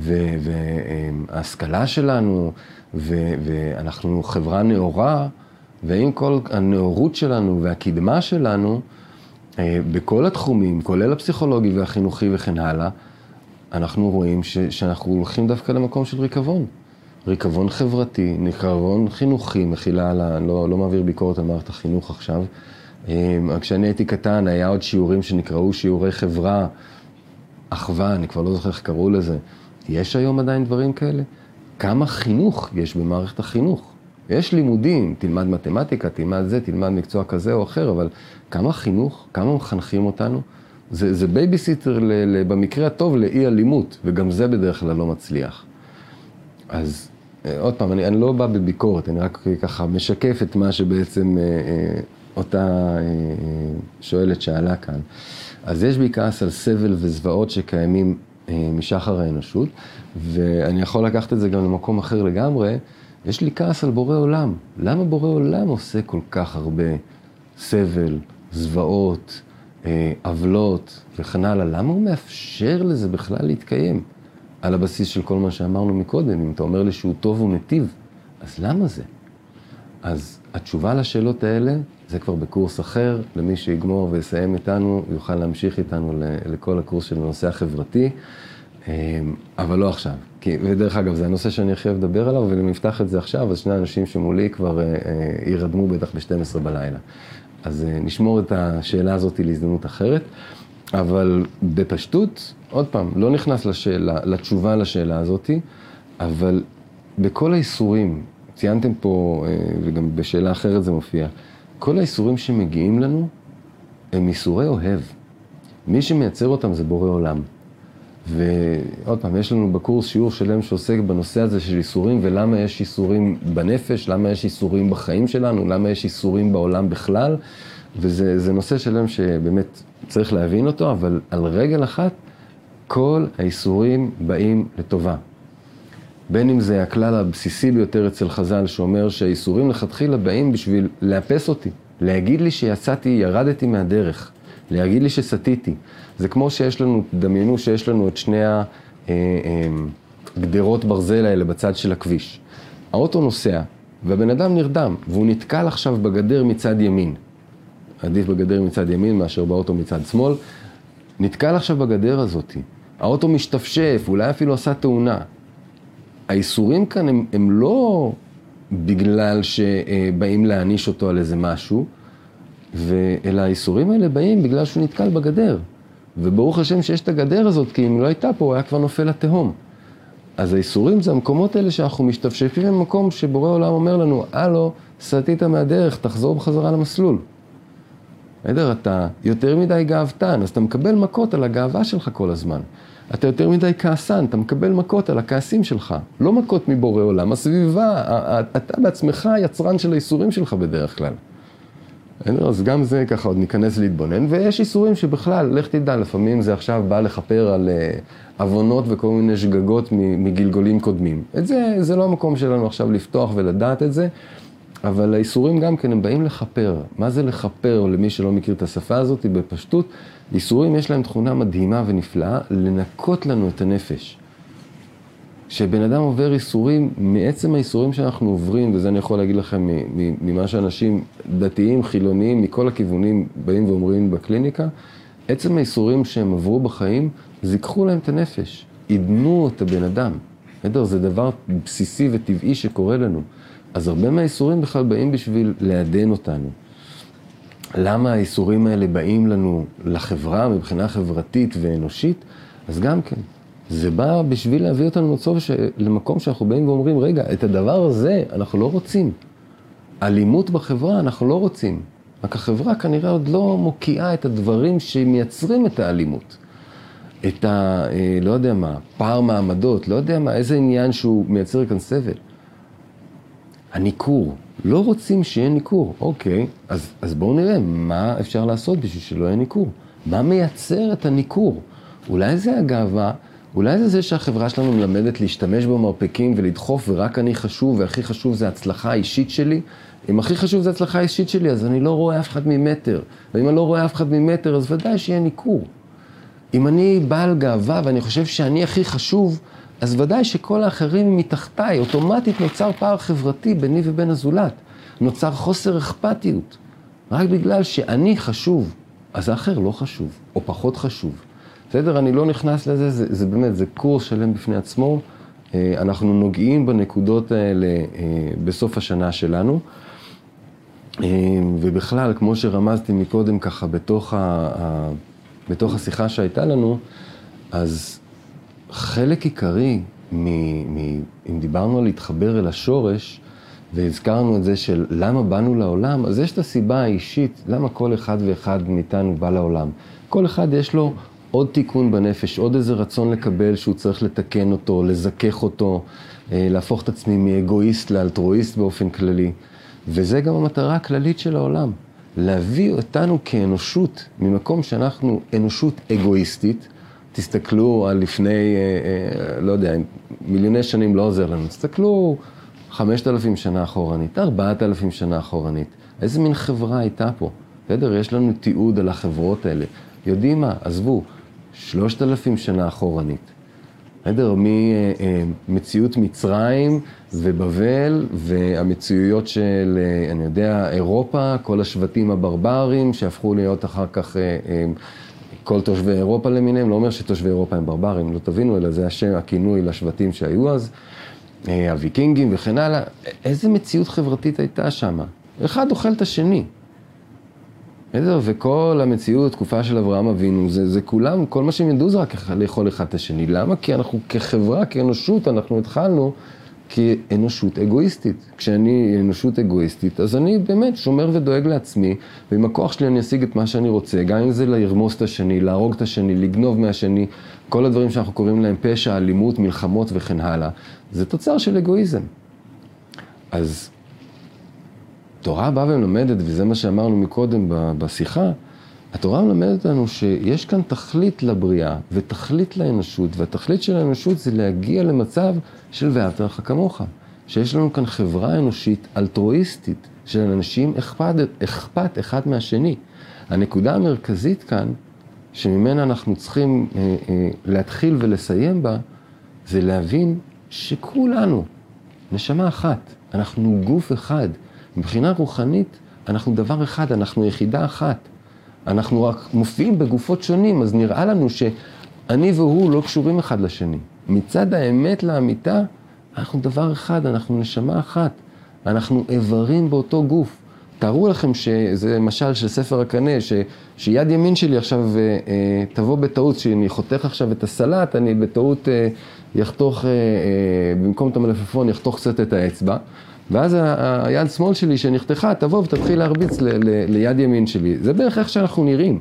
וההשכלה שלנו, ו, ואנחנו חברה נאורה, ועם כל הנאורות שלנו והקדמה שלנו, בכל התחומים, כולל הפסיכולוגי והחינוכי וכן הלאה, אנחנו רואים ש, שאנחנו הולכים דווקא למקום של ריקבון. ריקבון חברתי, ריקבון חינוכי, מחילה על ה... לא, לא מעביר ביקורת על מערכת החינוך עכשיו. כשאני הייתי קטן, היה עוד שיעורים שנקראו שיעורי חברה, אחווה, אני כבר לא זוכר איך קראו לזה. יש היום עדיין דברים כאלה? כמה חינוך יש במערכת החינוך? יש לימודים, תלמד מתמטיקה, תלמד זה, תלמד מקצוע כזה או אחר, אבל כמה חינוך, כמה מחנכים אותנו? זה, זה בייביסיטר ל, ל, במקרה הטוב לאי אלימות, וגם זה בדרך כלל לא מצליח. אז עוד פעם, אני, אני לא בא בביקורת, אני רק ככה משקף את מה שבעצם אה, אה, אותה אה, שואלת שאלה כאן. אז יש בי כעס על סבל וזוועות שקיימים אה, משחר האנושות, ואני יכול לקחת את זה גם למקום אחר לגמרי. יש לי כעס על בורא עולם. למה בורא עולם עושה כל כך הרבה סבל, זוועות, אה, עוולות וכן הלאה? למה הוא מאפשר לזה בכלל להתקיים? על הבסיס של כל מה שאמרנו מקודם, אם אתה אומר לי שהוא טוב ומטיב, אז למה זה? אז התשובה לשאלות האלה, זה כבר בקורס אחר, למי שיגמור ויסיים איתנו, יוכל להמשיך איתנו לכל הקורס של הנושא החברתי, אבל לא עכשיו. כי, ודרך אגב, זה הנושא שאני עכשיו לדבר עליו, ואם נפתח את זה עכשיו, אז שני אנשים שמולי כבר ירדמו בטח ב-שתים עשרה בלילה. אז נשמור את השאלה הזאת להזדמנות אחרת, אבל בפשטות, עוד פעם, לא נכנס לשאלה, לתשובה לשאלה הזאת, אבל בכל האיסורים, ציינתם פה, וגם בשאלה אחרת זה מופיע, כל האיסורים שמגיעים לנו הם איסורי אוהב. מי שמייצר אותם זה בורא עולם. ועוד פעם, יש לנו בקורס שיעור שלם שעוסק בנושא הזה של איסורים, ולמה יש איסורים בנפש, למה יש איסורים בחיים שלנו, למה יש איסורים בעולם בכלל, וזה זה נושא שלם שבאמת צריך להבין אותו, אבל על רגל אחת, כל האיסורים באים לטובה. בין אם זה הכלל הבסיסי ביותר אצל חז"ל, שאומר שהאיסורים לכתחילה באים בשביל לאפס אותי, להגיד לי שיצאתי, ירדתי מהדרך, להגיד לי שסתיתי. זה כמו שיש לנו, דמיינו שיש לנו את שני הגדרות ברזל האלה בצד של הכביש. האוטו נוסע, והבן אדם נרדם, והוא נתקל עכשיו בגדר מצד ימין. עדיף בגדר מצד ימין מאשר באוטו מצד שמאל. נתקל עכשיו בגדר הזאת. האוטו משתפשף, אולי אפילו עשה תאונה. האיסורים כאן הם, הם לא בגלל שבאים להעניש אותו על איזה משהו, אלא האיסורים האלה באים בגלל שהוא נתקל בגדר. וברוך השם שיש את הגדר הזאת, כי אם לא הייתה פה, הוא היה כבר נופל לתהום. אז האיסורים זה המקומות האלה שאנחנו משתפשפים במקום שבורא עולם אומר לנו, הלו, סטית מהדרך, תחזור בחזרה למסלול. בסדר, אתה יותר מדי גאוותן, אז אתה מקבל מכות על הגאווה שלך כל הזמן. אתה יותר מדי כעסן, אתה מקבל מכות על הכעסים שלך. לא מכות מבורא עולם, הסביבה, אתה בעצמך יצרן של האיסורים שלך בדרך כלל. אז גם זה ככה עוד ניכנס להתבונן, ויש איסורים שבכלל, לך תדע, לפעמים זה עכשיו בא לחפר על עוונות וכל מיני שגגות מגלגולים קודמים. את זה, זה לא המקום שלנו עכשיו לפתוח ולדעת את זה, אבל האיסורים גם כן הם באים לחפר. מה זה לחפר למי שלא מכיר את השפה הזאת? בפשטות, איסורים יש להם תכונה מדהימה ונפלאה, לנקות לנו את הנפש. כשבן אדם עובר איסורים, מעצם האיסורים שאנחנו עוברים, וזה אני יכול להגיד לכם ממה שאנשים דתיים, חילוניים, מכל הכיוונים באים ואומרים בקליניקה, עצם האיסורים שהם עברו בחיים, זיקחו להם את הנפש, עדנו את הבן אדם. זה דבר בסיסי וטבעי שקורה לנו. אז הרבה מהאיסורים בכלל באים בשביל לעדן אותנו. למה האיסורים האלה באים לנו לחברה מבחינה חברתית ואנושית? אז גם כן. זה בא בשביל להביא אותנו למצוא ש... למקום שאנחנו באים ואומרים, רגע, את הדבר הזה אנחנו לא רוצים. אלימות בחברה אנחנו לא רוצים. רק החברה כנראה עוד לא מוקיעה את הדברים שמייצרים את האלימות. את ה... לא יודע מה, פער מעמדות, לא יודע מה, איזה עניין שהוא מייצר כאן סבל. הניקור. לא רוצים שיהיה ניקור. אוקיי, אז, אז בואו נראה מה אפשר לעשות בשביל שלא יהיה ניקור. מה מייצר את הניקור? אולי זה הגאווה, אולי זה זה שהחברה שלנו מלמדת להשתמש במרפקים ולדחוף, ורק אני חשוב, והכי חשוב זה הצלחה האישית שלי. אם הכי חשוב זה הצלחה האישית שלי, אז אני לא רואה אף אחד ממטר. ואם אני לא רואה אף אחד ממטר, אז ודאי שיהיה ניקור. אם אני בעל גאווה ואני חושב שאני הכי חשוב, אז ודאי שכל האחרים מתחתיי, אוטומטית נוצר פער חברתי ביני ובין הזולת. נוצר חוסר אכפתיות. רק בגלל שאני חשוב, אז האחר לא חשוב, או פחות חשוב. בסדר, אני לא נכנס לזה, זה, זה באמת, זה קורס שלם בפני עצמו. אנחנו נוגעים בנקודות האלה בסוף השנה שלנו. ובכלל, כמו שרמזתי מקודם ככה, בתוך, ה, בתוך השיחה שהייתה לנו, אז חלק עיקרי, מ, מ, אם דיברנו על להתחבר אל השורש, והזכרנו את זה של למה באנו לעולם, אז יש את הסיבה האישית, למה כל אחד ואחד מאיתנו בא לעולם. כל אחד יש לו עוד תיקון בנפש, עוד איזה רצון לקבל שהוא צריך לתקן אותו, לזכך אותו, להפוך את עצמי מאגואיסט לאלטרואיסט באופן כללי. וזה גם המטרה הכללית של העולם. להביא אותנו כאנושות, ממקום שאנחנו אנושות אגואיסטית, תסתכלו על לפני, לא יודע, מיליוני שנים לא עוזר לנו, תסתכלו חמשת אלפים שנה אחורנית, ארבעת אלפים שנה אחורנית. איזה מין חברה הייתה פה? בסדר, יש לנו תיעוד על החברות האלה. יודעים מה? עזבו, שלושת אלפים שנה אחורנית. בסדר, ממציאות מצרים ובבל והמציאויות של, אני יודע, אירופה, כל השבטים הברברים שהפכו להיות אחר כך כל תושבי אירופה למיניהם, לא אומר שתושבי אירופה הם ברברים, לא תבינו, אלא זה השם, הכינוי לשבטים שהיו אז, הוויקינגים וכן הלאה. איזה מציאות חברתית הייתה שם? אחד אוכל את השני. וכל המציאות, תקופה של אברהם אבינו, זה, זה כולם, כל מה שהם ידעו זה רק לאכול אחד את השני. למה? כי אנחנו כחברה, כאנושות, אנחנו התחלנו כאנושות אגואיסטית. כשאני אנושות אגואיסטית, אז אני באמת שומר ודואג לעצמי, ועם הכוח שלי אני אשיג את מה שאני רוצה, גם אם זה לרמוס את השני, להרוג את השני, לגנוב מהשני, כל הדברים שאנחנו קוראים להם פשע, אלימות, מלחמות וכן הלאה. זה תוצר של אגואיזם. אז התורה באה ומלמדת, וזה מה שאמרנו מקודם בשיחה, התורה מלמדת לנו שיש כאן תכלית לבריאה ותכלית לאנושות, והתכלית של האנושות זה להגיע למצב של ואהבת לך כמוך, שיש לנו כאן חברה אנושית אלטרואיסטית, של אנשים אכפת, אכפת אחד מהשני. הנקודה המרכזית כאן, שממנה אנחנו צריכים אה, אה, להתחיל ולסיים בה, זה להבין שכולנו נשמה אחת, אנחנו גוף אחד, מבחינה רוחנית, אנחנו דבר אחד, אנחנו יחידה אחת. אנחנו רק מופיעים בגופות שונים, אז נראה לנו שאני והוא לא קשורים אחד לשני. מצד האמת לאמיתה, אנחנו דבר אחד, אנחנו נשמה אחת. אנחנו איברים באותו גוף. תארו לכם שזה משל של ספר הקנה, ש, שיד ימין שלי עכשיו אה, תבוא בטעות, שאני חותך עכשיו את הסלט, אני בטעות אה, יחתוך, אה, אה, במקום את המלפפון, יחתוך קצת את האצבע. ואז היד שמאל שלי שנחתכה, תבוא ותתחיל להרביץ ל- ל- ליד ימין שלי. זה בערך איך שאנחנו נראים.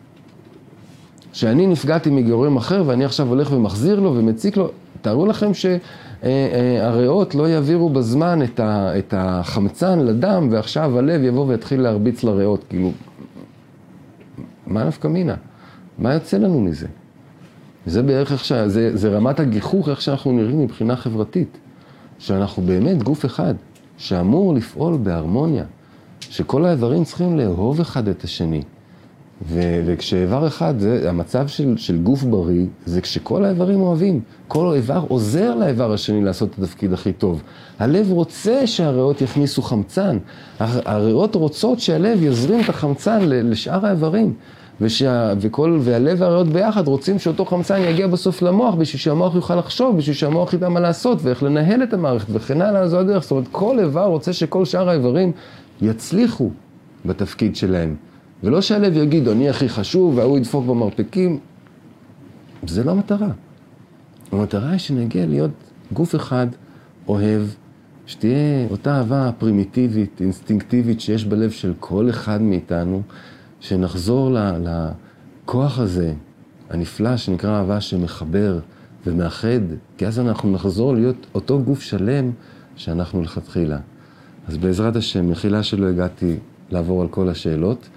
שאני נפגעתי מגורם אחר, ואני עכשיו הולך ומחזיר לו ומציק לו, תארו לכם שהריאות לא יעבירו בזמן את, ה- את החמצן לדם, ועכשיו הלב יבוא ויתחיל להרביץ לריאות. כאילו, מה נפקא מינה? מה יוצא לנו מזה? זה בערך איך ש... זה, זה רמת הגיחוך, איך שאנחנו נראים מבחינה חברתית. שאנחנו באמת גוף אחד. שאמור לפעול בהרמוניה, שכל האיברים צריכים לאהוב אחד את השני. ו- וכשאיבר אחד, זה, המצב של, של גוף בריא, זה כשכל האיברים אוהבים. כל איבר עוזר לאיבר השני לעשות את התפקיד הכי טוב. הלב רוצה שהריאות יכניסו חמצן. הריאות רוצות שהלב יזרים את החמצן לשאר האיברים. ושה, וכל, והלב והריאות ביחד רוצים שאותו חמצן יגיע בסוף למוח, בשביל שהמוח יוכל לחשוב, בשביל שהמוח ידע מה לעשות, ואיך לנהל את המערכת, וכן הלאה, זו הדרך. זאת אומרת, כל איבר רוצה שכל שאר האיברים יצליחו בתפקיד שלהם. ולא שהלב יגיד, אני הכי חשוב, והוא ידפוק במרפקים. זה לא המטרה. המטרה היא שנגיע להיות גוף אחד, אוהב, שתהיה אותה אהבה פרימיטיבית, אינסטינקטיבית, שיש בלב של כל אחד מאיתנו, שנחזור לכוח הזה, הנפלא, שנקרא אהבה שמחבר ומאחד, כי אז אנחנו נחזור להיות אותו גוף שלם שאנחנו לכתחילה. אז בעזרת השם, מחילה שלא הגעתי לעבור על כל השאלות,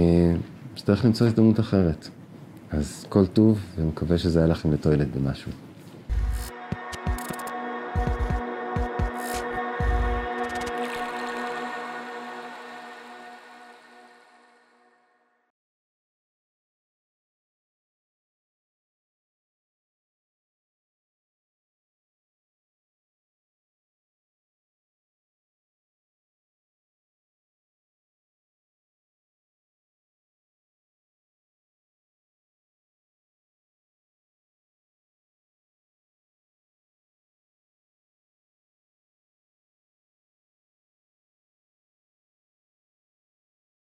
שצריך למצוא הזדמנות אחרת. אז כל טוב, ומקווה שזה היה לכם לתועלת במשהו.